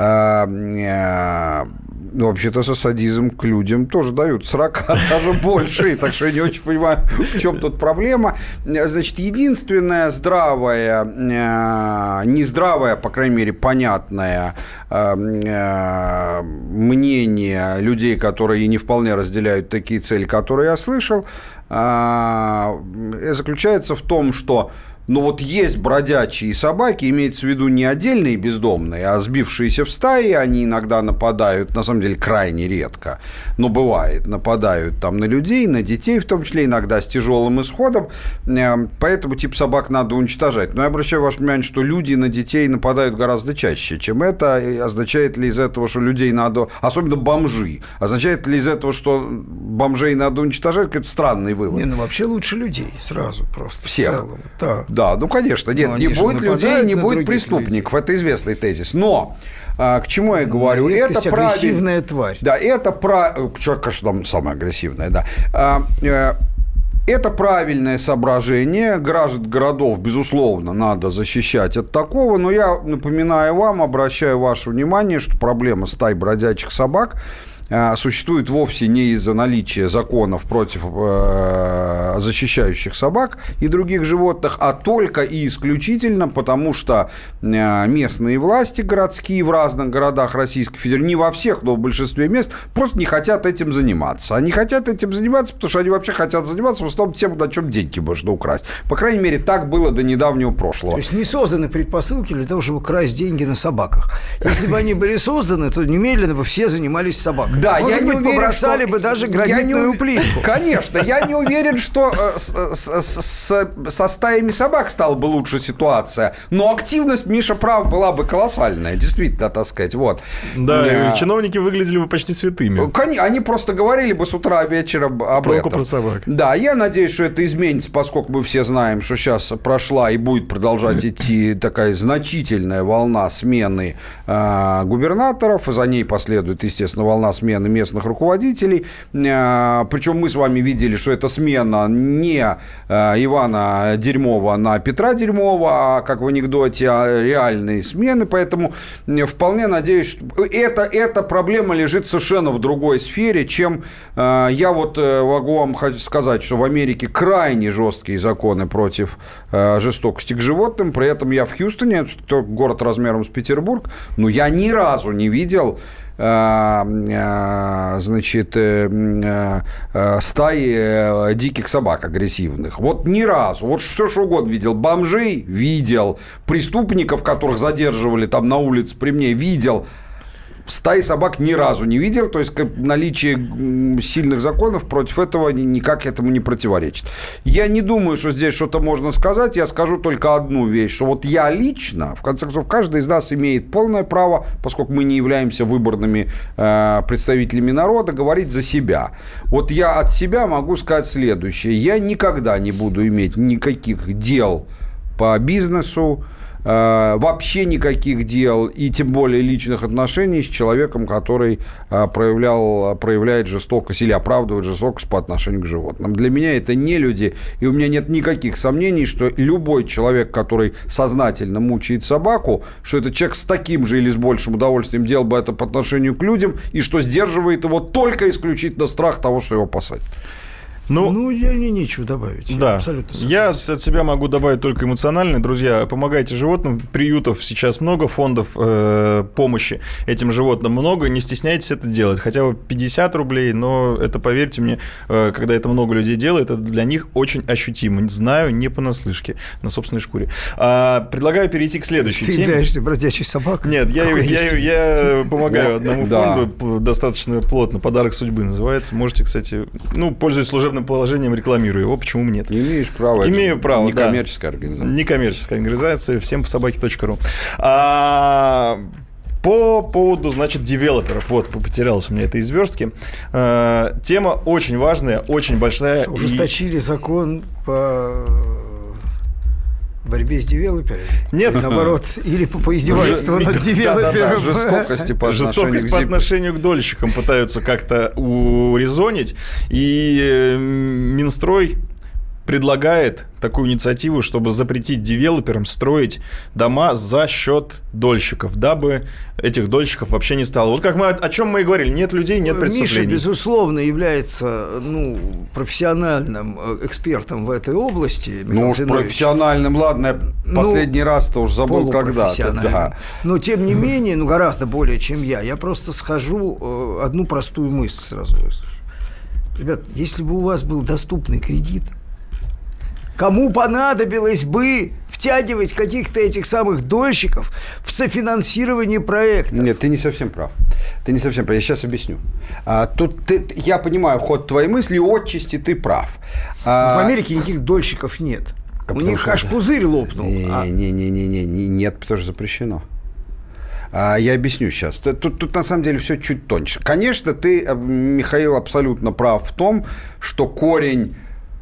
ну, вообще-то со садизмом к людям тоже дают сорока, даже больше, так что я не очень понимаю, в чем тут проблема. Значит, единственное здравое, не здравое, по крайней мере, понятное мнение людей, которые не вполне разделяют такие цели, которые я слышал, заключается в том, что но вот есть бродячие собаки, имеется в виду не отдельные бездомные, а сбившиеся в стаи, они иногда нападают, на самом деле крайне редко, но бывает, нападают там на людей, на детей, в том числе иногда с тяжелым исходом, поэтому тип собак надо уничтожать. Но я обращаю ваше внимание, что люди на детей нападают гораздо чаще, чем это. Означает ли из этого, что людей надо, особенно бомжи, означает ли из этого, что бомжей надо уничтожать? Какой-то странный вывод. Не, ну вообще лучше людей сразу просто. Всех. В целом. Да. Да, ну, конечно, нет, не будет людей, не будет преступников, людей. Это известный тезис. Но а, к чему я говорю? Это агрессивная правиль... тварь. Да, это про... Человек, конечно, там самая агрессивная, да. А, а, это правильное соображение. Граждан городов, безусловно, надо защищать от такого. Но я напоминаю вам, обращаю ваше внимание, что проблема стай бродячих собак существует вовсе не из-за наличия законов против э, защищающих собак и других животных, а только и исключительно потому, что э, местные власти городские в разных городах Российской Федерации, не во всех, но в большинстве мест, просто не хотят этим заниматься. Они хотят этим заниматься, потому что они вообще хотят заниматься в основном тем, на чем деньги можно украсть. По крайней мере, так было до недавнего прошлого. То есть не созданы предпосылки для того, чтобы красть деньги на собаках. Если бы они были созданы, то немедленно бы все занимались собаками. Да, Может я не быть, уверен, побросали что... бы даже гранитную не... плитку. Конечно, я не уверен, что э, с, с, с, со стаями собак стала бы лучше ситуация, но активность, Миша прав, была бы колоссальная, действительно, так сказать, вот. Да, а... чиновники выглядели бы почти святыми. Они просто говорили бы с утра вечером об Только этом. про собак. Да, я надеюсь, что это изменится, поскольку мы все знаем, что сейчас прошла и будет продолжать идти такая значительная волна смены э, губернаторов, и за ней последует, естественно, волна смены местных руководителей. Причем мы с вами видели, что эта смена не Ивана Дерьмова на Петра Дерьмова, а, как в анекдоте, а реальные смены. Поэтому вполне надеюсь, что это, эта проблема лежит совершенно в другой сфере, чем я вот могу вам сказать, что в Америке крайне жесткие законы против жестокости к животным. При этом я в Хьюстоне, город размером с Петербург, но я ни разу не видел значит, стаи диких собак агрессивных. Вот ни разу. Вот все, что угодно видел. Бомжей видел. Преступников, которых задерживали там на улице при мне, видел. стаи собак ни разу не видел, то есть наличие сильных законов против этого никак этому не противоречит. Я не думаю, что здесь что-то можно сказать, я скажу только одну вещь, что вот я лично, в конце концов, каждый из нас имеет полное право, поскольку мы не являемся выборными э, представителями народа, говорить за себя. Вот я от себя могу сказать следующее. Я никогда не буду иметь никаких дел по бизнесу, э, вообще никаких дел, и тем более личных отношений с человеком, который э, проявлял, проявляет жестокость или оправдывает жестокость по отношению к животным. Для меня это не люди, и у меня нет никаких сомнений, что любой человек, который сознательно мучает собаку, что этот человек с таким же или с большим удовольствием делал бы это по отношению к людям, и что сдерживает его только исключительно страх того, что его посадят. Ну, ну, я не нечего добавить. Да. Я абсолютно согласен. Я от себя могу добавить только эмоционально. Друзья, помогайте животным. Приютов сейчас много, фондов э, помощи этим животным много. Не стесняйтесь это делать. Хотя бы пятьдесят рублей, но это, поверьте мне, э, когда это много людей делает, это для них очень ощутимо. Знаю, не понаслышке, на собственной шкуре. А, предлагаю перейти к следующей Ты теме. Ты являешься бродячей собакой? Нет, я, я, я, я помогаю одному фонду достаточно плотно. «Подарок судьбы» называется. Можете, кстати, ну, пользуясь служебным положением, рекламирую его, почему нет? Имеешь право. Имею право, некоммерческая да. организация. Некоммерческая организация, всем по собаке точка ру. А, по поводу, значит, девелоперов. Вот, потерялась у меня эта из верстки. А, тема очень важная, очень большая. Что, ужесточили и... закон по борьбе с девелоперами? Нет. Наоборот, или по поиздевательству над девелопером. Жестокости по Жестокость по отношению к дольщикам пытаются как-то урезонить. И Минстрой предлагает такую инициативу, чтобы запретить девелоперам строить дома за счет дольщиков, дабы этих дольщиков вообще не стало. Вот как мы, о чем мы и говорили, нет людей, нет преступлений. Миша, безусловно, является ну, профессиональным экспертом в этой области. Михаил ну уж Зинович. Профессиональным, ладно, я последний ну, раз-то уж забыл когда-то. Да. Но, тем не менее, ну, гораздо более, чем я, я просто схожу э, одну простую мысль сразу выслушаю. Ребят, если бы у вас был доступный кредит, кому понадобилось бы втягивать каких-то этих самых дольщиков в софинансирование проекта? Нет, ты не совсем прав. Ты не совсем прав. Я сейчас объясню. А, тут ты, я понимаю ход твоей мысли, отчасти ты прав. А... В Америке никаких дольщиков нет. А у них аж пузырь лопнул. Не-не-не, а... нет, потому что запрещено. А, я объясню сейчас. Тут, тут на самом деле все чуть тоньше. Конечно, ты, Михаил, абсолютно прав в том, что корень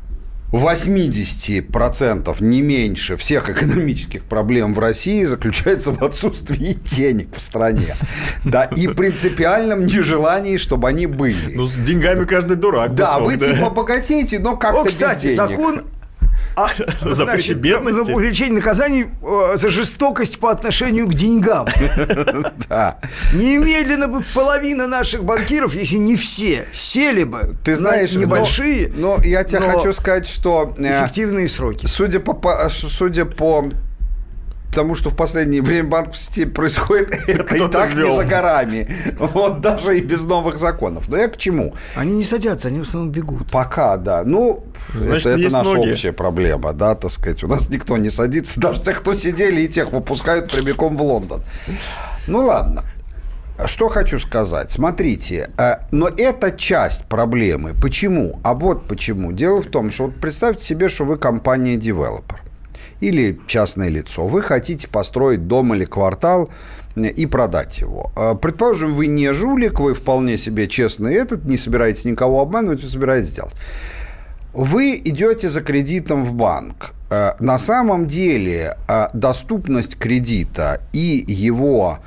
восемьдесят процентов, не меньше, всех экономических проблем в России заключается в отсутствии денег в стране. Да, и принципиальном нежелании, чтобы они были. Ну, с деньгами каждый дурак. Да, вы да. типа богатеете, но как-то без денег. О, кстати, закон... А, значит, за увеличение наказаний э, за жестокость по отношению к деньгам. Да. Немедленно бы половина наших банкиров, если не все, сели бы. Ты знаешь, небольшие, но, но я тебе но хочу сказать, что эффективные сроки. Судя по, судя по тому, что в последнее время банковские происходит, это и так ввел. Не за горами. Вот даже и без новых законов. Но я к чему? Они не садятся, они в основном бегут. Пока, да. Ну, значит, это, это наша ноги. Общая проблема, да, так сказать. У нас никто не садится. Даже тех, кто сидели, и тех выпускают прямиком в Лондон. Ну, ладно. Что хочу сказать. Смотрите, но это часть проблемы. Почему? А вот почему. Дело в том, что вот представьте себе, что вы компания-девелопер. Или частное лицо. Вы хотите построить дом или квартал и продать его. Предположим, вы не жулик, вы вполне себе честный этот, не собираетесь никого обманывать, вы собираетесь сделать. Вы идете за кредитом в банк. На самом деле доступность кредита и его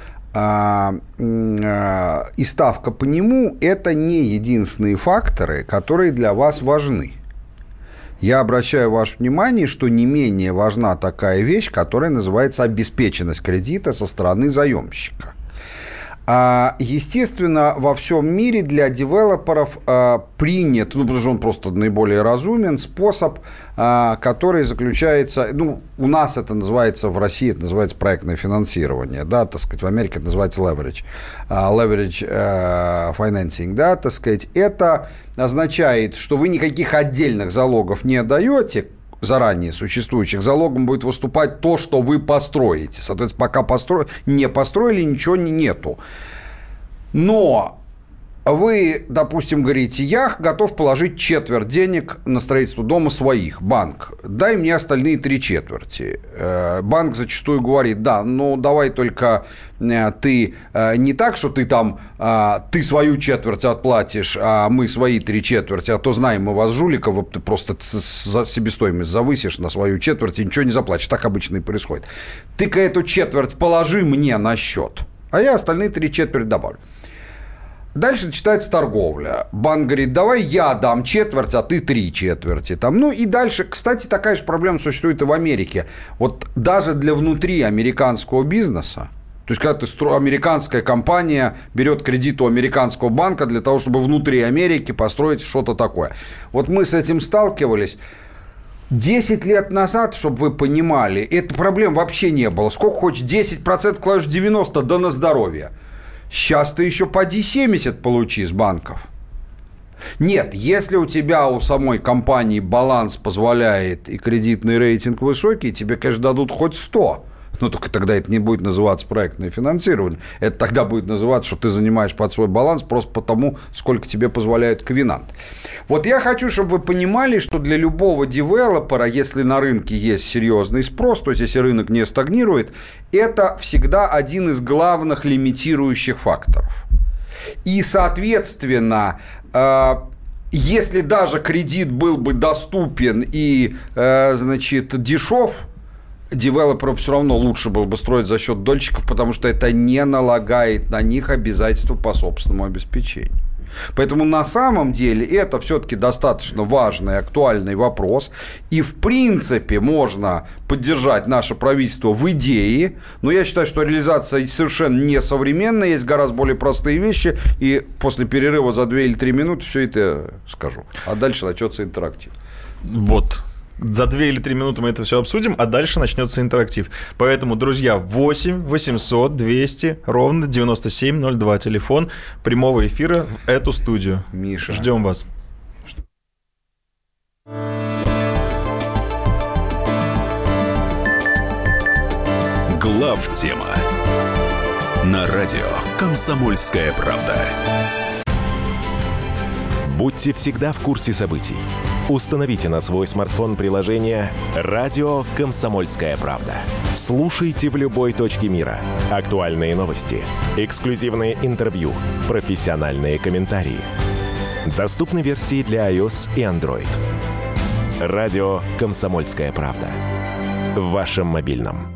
и ставка по нему – это не единственные факторы, которые для вас важны. Я обращаю ваше внимание, что не менее важна такая вещь, которая называется обеспеченность кредита со стороны заемщика. Естественно, во всем мире для девелоперов принят, ну, потому что он просто наиболее разумен, способ, который заключается, ну, у нас это называется, в России это называется проектное финансирование, да, так сказать, в Америке это называется leverage, leverage financing, да, так сказать, это означает, что вы никаких отдельных залогов не даете, заранее существующих, залогом будет выступать то, что вы построите. Соответственно, пока постро... не построили, ничего нету. Но вы, допустим, говорите, я готов положить четверть денег на строительство дома своих, банк. Дай мне остальные три четверти. Банк зачастую говорит, да, ну давай только ты не так, что ты там, ты свою четверть отплатишь, а мы свои три четверти, а то знаем мы вас, жуликов, ты просто себестоимость завысишь на свою четверть и ничего не заплатишь. Так обычно и происходит. Ты-ка эту четверть положи мне на счет, а я остальные три четверти добавлю. Дальше начинается торговля. Банк говорит, давай я дам четверть, а ты три четверти. Там. Ну и дальше, кстати, такая же проблема существует и в Америке. Вот даже для внутри американского бизнеса, то есть когда ты, американская компания берет кредит у американского банка для того, чтобы внутри Америки построить что-то такое. Вот мы с этим сталкивались. десять лет назад, чтобы вы понимали, этой проблем вообще не было. Сколько хочешь, десять процентов кладешь девяносто, да на здоровье. Сейчас ты еще поди семьдесят получи с банков. Нет, если у тебя у самой компании баланс позволяет и кредитный рейтинг высокий, тебе, конечно, дадут хоть сто. Но только тогда это не будет называться проектное финансирование. Это тогда будет называться, что ты занимаешь под свой баланс просто потому, сколько тебе позволяет ковенант. Вот я хочу, чтобы вы понимали, что для любого девелопера, если на рынке есть серьезный спрос, то есть если рынок не стагнирует, это всегда один из главных лимитирующих факторов. И, соответственно, если даже кредит был бы доступен и, значит, дешев, девелоперам все равно лучше было бы строить за счет дольщиков, потому что это не налагает на них обязательства по собственному обеспечению. Поэтому на самом деле это все-таки достаточно важный и актуальный вопрос. И в принципе можно поддержать наше правительство в идее, но я считаю, что реализация совершенно несовременная, есть гораздо более простые вещи. И после перерыва за две или три минуты все это скажу. А дальше начнется интерактив. Вот. За две или три минуты мы это все обсудим, а дальше начнется интерактив. Поэтому, друзья, восемь восемьсот двести ровно девяносто семь ноль два телефон прямого эфира в эту студию. Миша. Ждем вас. Главтема на радио «Комсомольская правда». Будьте всегда в курсе событий. Установите на свой смартфон приложение «Радио Комсомольская правда». Слушайте в любой точке мира. Актуальные новости, эксклюзивные интервью, профессиональные комментарии. Доступны версии для iOS и Android. «Радио Комсомольская правда». В вашем мобильном.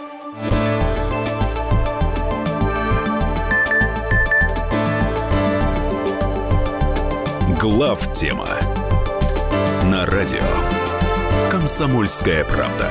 Главтема на радио «Комсомольская правда».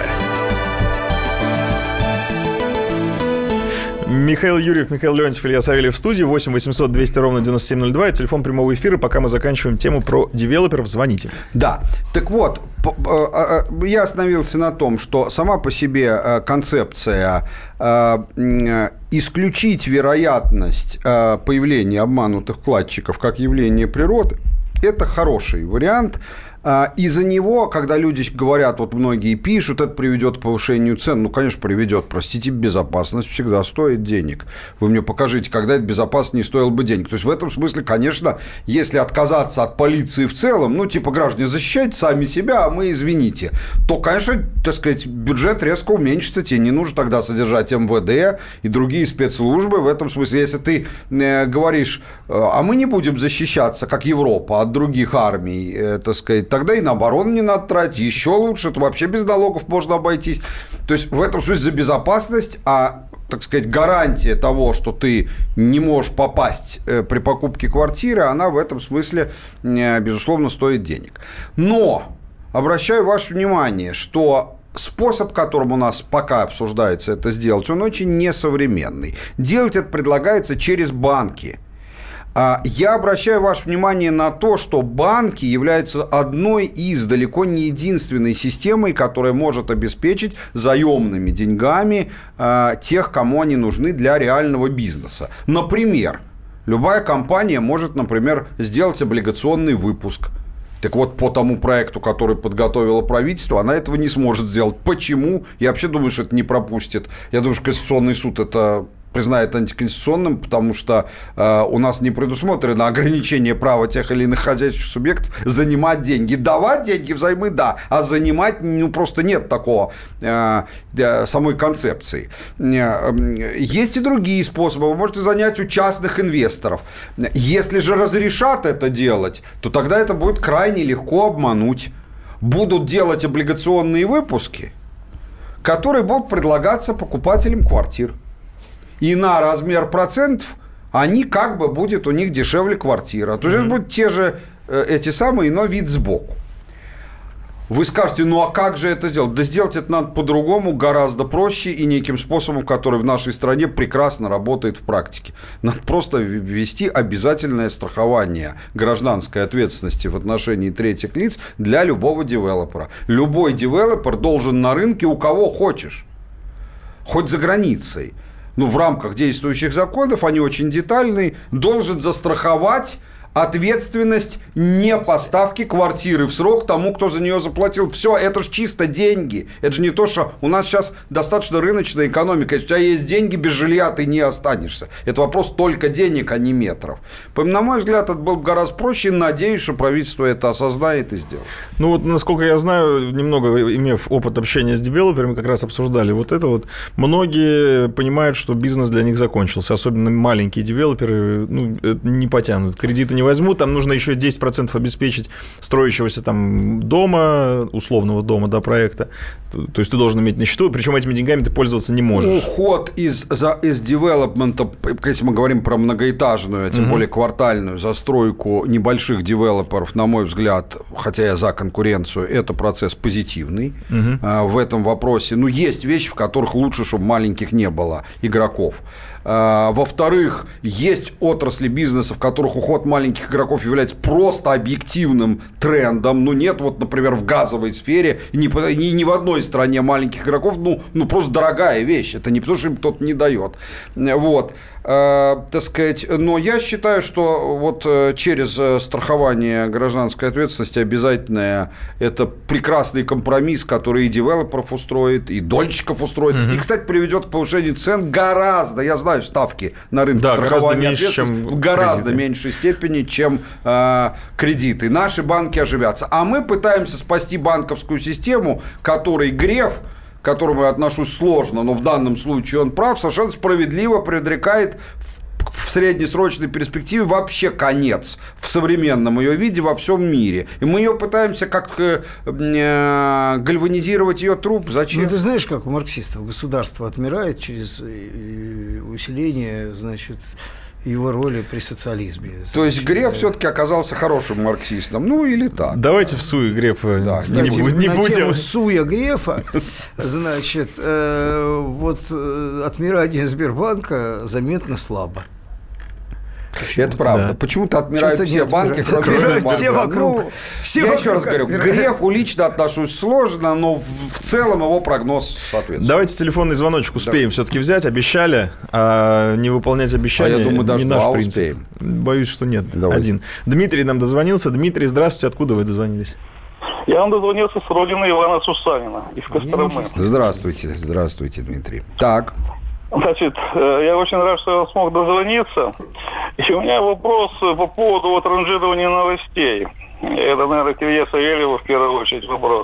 Михаил Юрьев, Михаил Леонтьев, Илья Савельев в студии. Восемь восемьсот двести ровно девяносто семь ноль два. Это телефон прямого эфира. Пока мы заканчиваем тему про девелоперов, звоните. Да. Так вот, я остановился на том, что сама по себе концепция исключить вероятность появления обманутых вкладчиков как явление природы – это хороший вариант. Из-за него, когда люди говорят, вот многие пишут, это приведет к повышению цен. Ну, конечно, приведет. Простите, безопасность всегда стоит денег. Вы мне покажите, когда эта безопасность не стоила бы денег. То есть, в этом смысле, конечно, если отказаться от полиции в целом, ну, типа, граждане, защищайте сами себя, а мы, извините, то, конечно, так сказать, бюджет резко уменьшится, тебе не нужно тогда содержать эм вэ дэ и другие спецслужбы. В этом смысле, если ты э, говоришь, а мы не будем защищаться, как Европа, от других армий, э, так сказать, тогда и на оборону не надо тратить. Еще лучше, это вообще без налогов можно обойтись. То есть, в этом смысле за безопасность, а, так сказать, гарантия того, что ты не можешь попасть при покупке квартиры, она в этом смысле, безусловно, стоит денег. Но обращаю ваше внимание, что способ, которым у нас пока обсуждается это сделать, он очень несовременный. Делать это предлагается через банки. Я обращаю ваше внимание на то, что банки являются одной из, далеко не единственной системой, которая может обеспечить заемными деньгами тех, кому они нужны для реального бизнеса. Например, любая компания может, например, сделать облигационный выпуск. Так вот, по тому проекту, который подготовило правительство, она этого не сможет сделать. Почему? Я вообще думаю, что это не пропустит. Я думаю, что Конституционный суд это признает антиконституционным, потому что э, у нас не предусмотрено ограничение права тех или иных хозяйственных субъектов занимать деньги. Давать деньги взаймы, да, а занимать, ну, просто нет такого э, э, самой концепции. Э, есть и другие способы. Вы можете занять у частных инвесторов. Если же разрешат это делать, то тогда это будет крайне легко обмануть. Будут делать облигационные выпуски, которые будут предлагаться покупателям квартир. И на размер процентов они как бы будет у них дешевле квартира. То есть mm-hmm. это будут те же эти самые, но вид сбоку. Вы скажете, ну а как же это сделать? Да сделать это надо по-другому, гораздо проще и неким способом, который в нашей стране прекрасно работает в практике. Надо просто ввести обязательное страхование гражданской ответственности в отношении третьих лиц для любого девелопера. Любой девелопер должен на рынке у кого хочешь, хоть за границей, ну, в рамках действующих законов, они очень детальные, должен застраховать ответственность непоставки квартиры в срок тому, кто за нее заплатил. Все, это же чисто деньги. Это же не то, что у нас сейчас достаточно рыночная экономика. Если у тебя есть деньги, без жилья ты не останешься. Это вопрос только денег, а не метров. На мой взгляд, это было бы гораздо проще. Надеюсь, что правительство это осознает и сделает. Ну вот, насколько я знаю, немного имев опыт общения с девелоперами, как раз обсуждали вот это вот. Многие понимают, что бизнес для них закончился. Особенно маленькие девелоперы, ну, не потянут. Кредиты не возьмут, там нужно еще десять процентов обеспечить строящегося там дома, условного дома, да, проекта. То есть ты должен иметь на счету, причем этими деньгами ты пользоваться не можешь. Уход из, за, из девелопмента, если мы говорим про многоэтажную, а тем угу. более квартальную застройку небольших девелоперов, на мой взгляд, хотя я за конкуренцию, это процесс позитивный угу. а, в этом вопросе. Ну, есть вещи, в которых лучше, чтобы маленьких не было игроков. А, во-вторых, есть отрасли бизнеса, в которых уход маленьких игроков является просто объективным трендом. Ну, нет, вот, например, в газовой сфере ни, ни, ни в одной стране маленьких игроков, ну, ну, просто дорогая вещь. Это не потому, что им кто-то не дает. Вот. А, так сказать, но я считаю, что вот через страхование гражданской ответственности обязательное это прекрасный компромисс, который и девелоперов устроит, и дольщиков устроит. Mm-hmm. И, кстати, приведет к повышению цен гораздо, я знаю, ставки на рынке да, страхования меньше, ответственности чем в гораздо кредиты. меньшей степени, чем э, кредиты. Наши банки оживятся. А мы пытаемся спасти банковскую систему, которой Греф, к которому я отношусь сложно, но в данном случае он прав, совершенно справедливо предрекает в среднесрочной перспективе вообще конец в современном ее виде во всем мире. И мы ее пытаемся как э, э, гальванизировать ее труп. Зачем? Ну, ты знаешь, как у марксистов государство отмирает через усиление, значит, его роли при социализме. То есть Греф все-таки оказался хорошим марксистом. Ну, или так. Давайте в суе Грефа да, не, Кстати, не на будем. Тему суя Грефа, значит, э, вот э, отмирание Сбербанка заметно слабо. Почему-то. Это правда. Да. Почему-то отмирают Что-то все банки. Отмирают все вокруг. Ну, все я вокруг еще раз говорю, к Грефу лично отношусь сложно, но в целом его прогноз соответствует. Давайте телефонный звоночек успеем да. все-таки взять. Обещали, а не выполнять обещания. А я думаю, даже не наш два принцип. Успеем. Боюсь, что нет. Давайте. Один. Дмитрий нам дозвонился. Дмитрий, здравствуйте. Откуда вы дозвонились? Я вам дозвонился с родины Ивана Сусанина из Костромы. Здравствуйте, здравствуйте, Дмитрий. Так. Значит, я очень рад, что я смог дозвониться. И у меня вопрос по поводу вот ранжирования новостей. Это, наверное, к Илье Савельеву в первую очередь вопрос.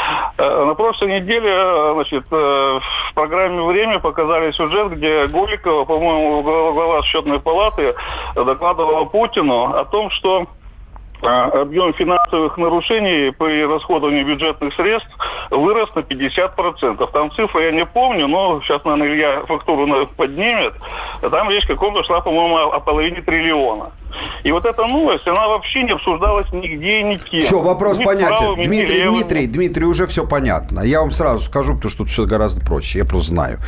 На прошлой неделе, значит, в программе «Время» показали сюжет, где Голикова, по-моему, глава счетной палаты, докладывала Путину о том, что объем финансовых нарушений при расходовании бюджетных средств вырос на пятьдесят процентов. Там цифры я не помню, но сейчас, наверное, Илья фактуру поднимет. Там речь каком-то шла, по-моему, о половине триллиона. И вот эта новость, она вообще не обсуждалась нигде и никем. Все, вопрос ни понятен. правым, Дмитрий, Дмитрий, Дмитрий, уже все понятно. Я вам сразу скажу, потому что тут все гораздо проще. Я просто знаю.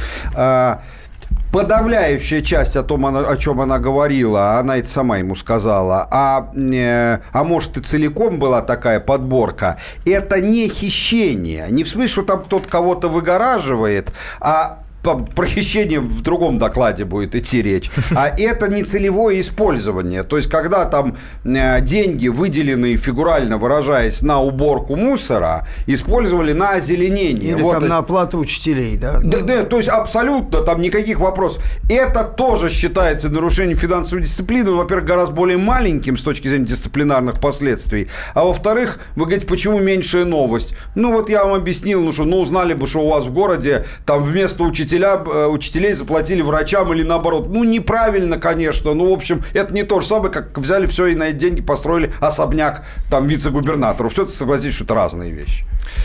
Подавляющая часть о том, о чем она говорила, она это сама ему сказала, а, э, а может и целиком была такая подборка, это не хищение, не в смысле, что там кто-то кого-то выгораживает, а про хищение в другом докладе будет идти речь. А это нецелевое использование. То есть, когда там деньги, выделенные, фигурально выражаясь, на уборку мусора, использовали на озеленение. Или вот там это... на оплату учителей, да? Да, да, то есть абсолютно там никаких вопросов. Это тоже считается нарушением финансовой дисциплины, во-первых, гораздо более маленьким с точки зрения дисциплинарных последствий, а во-вторых, вы говорите, почему меньшая новость? Ну вот я вам объяснил, ну что, ну узнали бы, что у вас в городе там вместо учителя, учителей заплатили врачам или наоборот. Ну неправильно, конечно, ну в общем, это не то же самое, как взяли все и на эти деньги построили особняк там вице-губернатору. Все-таки согласитесь, что это разные вещи.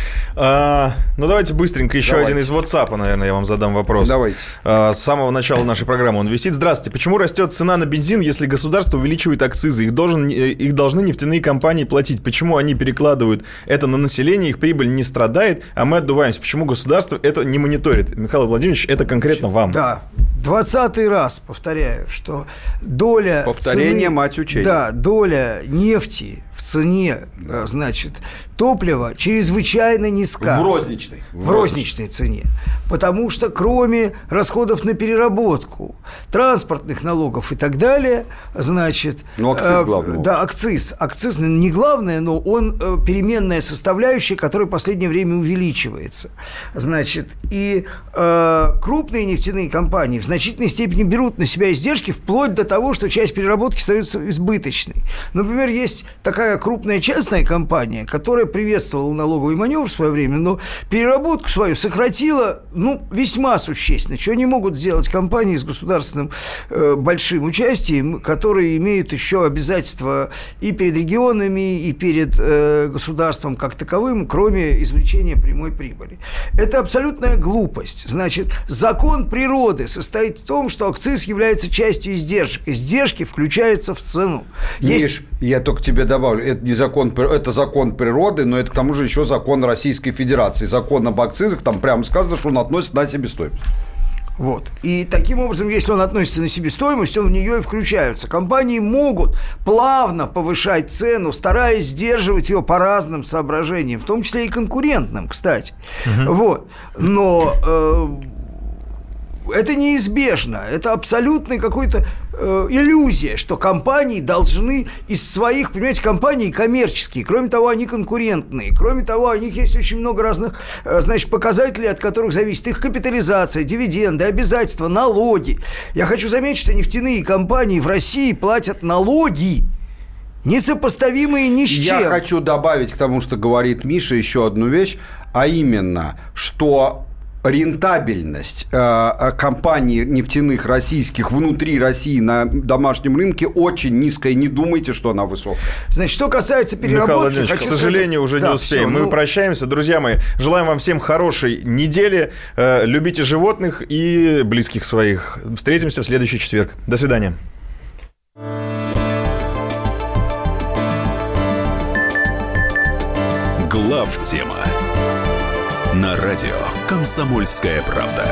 А, ну, давайте быстренько еще давайте. один из WhatsApp, наверное, я вам задам вопрос. Давайте. А, с самого начала нашей программы он висит. Здравствуйте. Почему растет цена на бензин, если государство увеличивает акцизы? Их, должен, их должны нефтяные компании платить. Почему они перекладывают это на население, их прибыль не страдает, а мы отдуваемся? Почему государство это не мониторит? Михаил Владимирович, это конкретно вам. Да. Двадцатый раз повторяю, что доля... Повторение цены, мать учения. Да, доля нефти в цене, значит, топлива чрезвычайно низка. В розничной. В розничной цене. Потому что кроме расходов на переработку, транспортных налогов и так далее, значит... Ну, акциз главное. Э, да, акциз. Акциз не главное, но он э, переменная составляющая, которая в последнее время увеличивается. Значит, и э, крупные нефтяные компании в значительной степени берут на себя издержки, вплоть до того, что часть переработки становится избыточной. Например, есть такая крупная частная компания, которая приветствовала налоговый маневр в свое время, но переработку свою сократила, ну, весьма существенно. Чего не могут сделать компании с государственным э, большим участием, которые имеют еще обязательства и перед регионами, и перед э, государством как таковым, кроме извлечения прямой прибыли. Это абсолютная глупость. Значит, закон природы состоит в том, что акциз является частью издержек. Издержки включаются в цену. Миш, Есть... я только тебе добавлю, это не закон, это закон природы, но это к тому же еще закон Российской Федерации. Закон об акцизах, там прямо сказано, что он относится на себестоимость. Вот. И таким образом, если он относится на себестоимость, он в нее и включается. Компании могут плавно повышать цену, стараясь сдерживать ее по разным соображениям, в том числе и конкурентным, кстати. Угу. Вот. Но... Э- Это неизбежно, это абсолютная какая-то э, иллюзия, что компании должны из своих, понимаете, компании коммерческие, кроме того, они конкурентные, кроме того, у них есть очень много разных, э, значит, показателей, от которых зависит их капитализация, дивиденды, обязательства, налоги. Я хочу заметить, что нефтяные компании в России платят налоги, несопоставимые ни с чем. Я хочу добавить к тому, что говорит Миша, еще одну вещь, а именно, что... рентабельность э, компаний нефтяных российских внутри России на домашнем рынке очень низкая. Не думайте, что она высокая. Значит, что касается переработки... Михаил Владимирович, к сожалению, сказать... уже да, не успеем. Все, Мы ну... прощаемся. Друзья мои, желаем вам всем хорошей недели. Э, любите животных и близких своих. Встретимся в следующий четверг. До свидания. Главтема на радио «Комсомольская правда».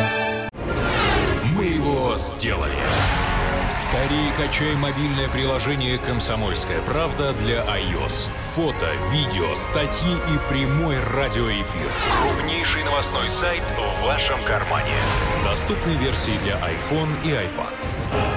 Мы его сделали. Скорее качай мобильное приложение «Комсомольская правда» для iOS. Фото, видео, статьи и прямой радиоэфир. Крупнейший новостной сайт в вашем кармане. Доступны версии для iPhone и iPad.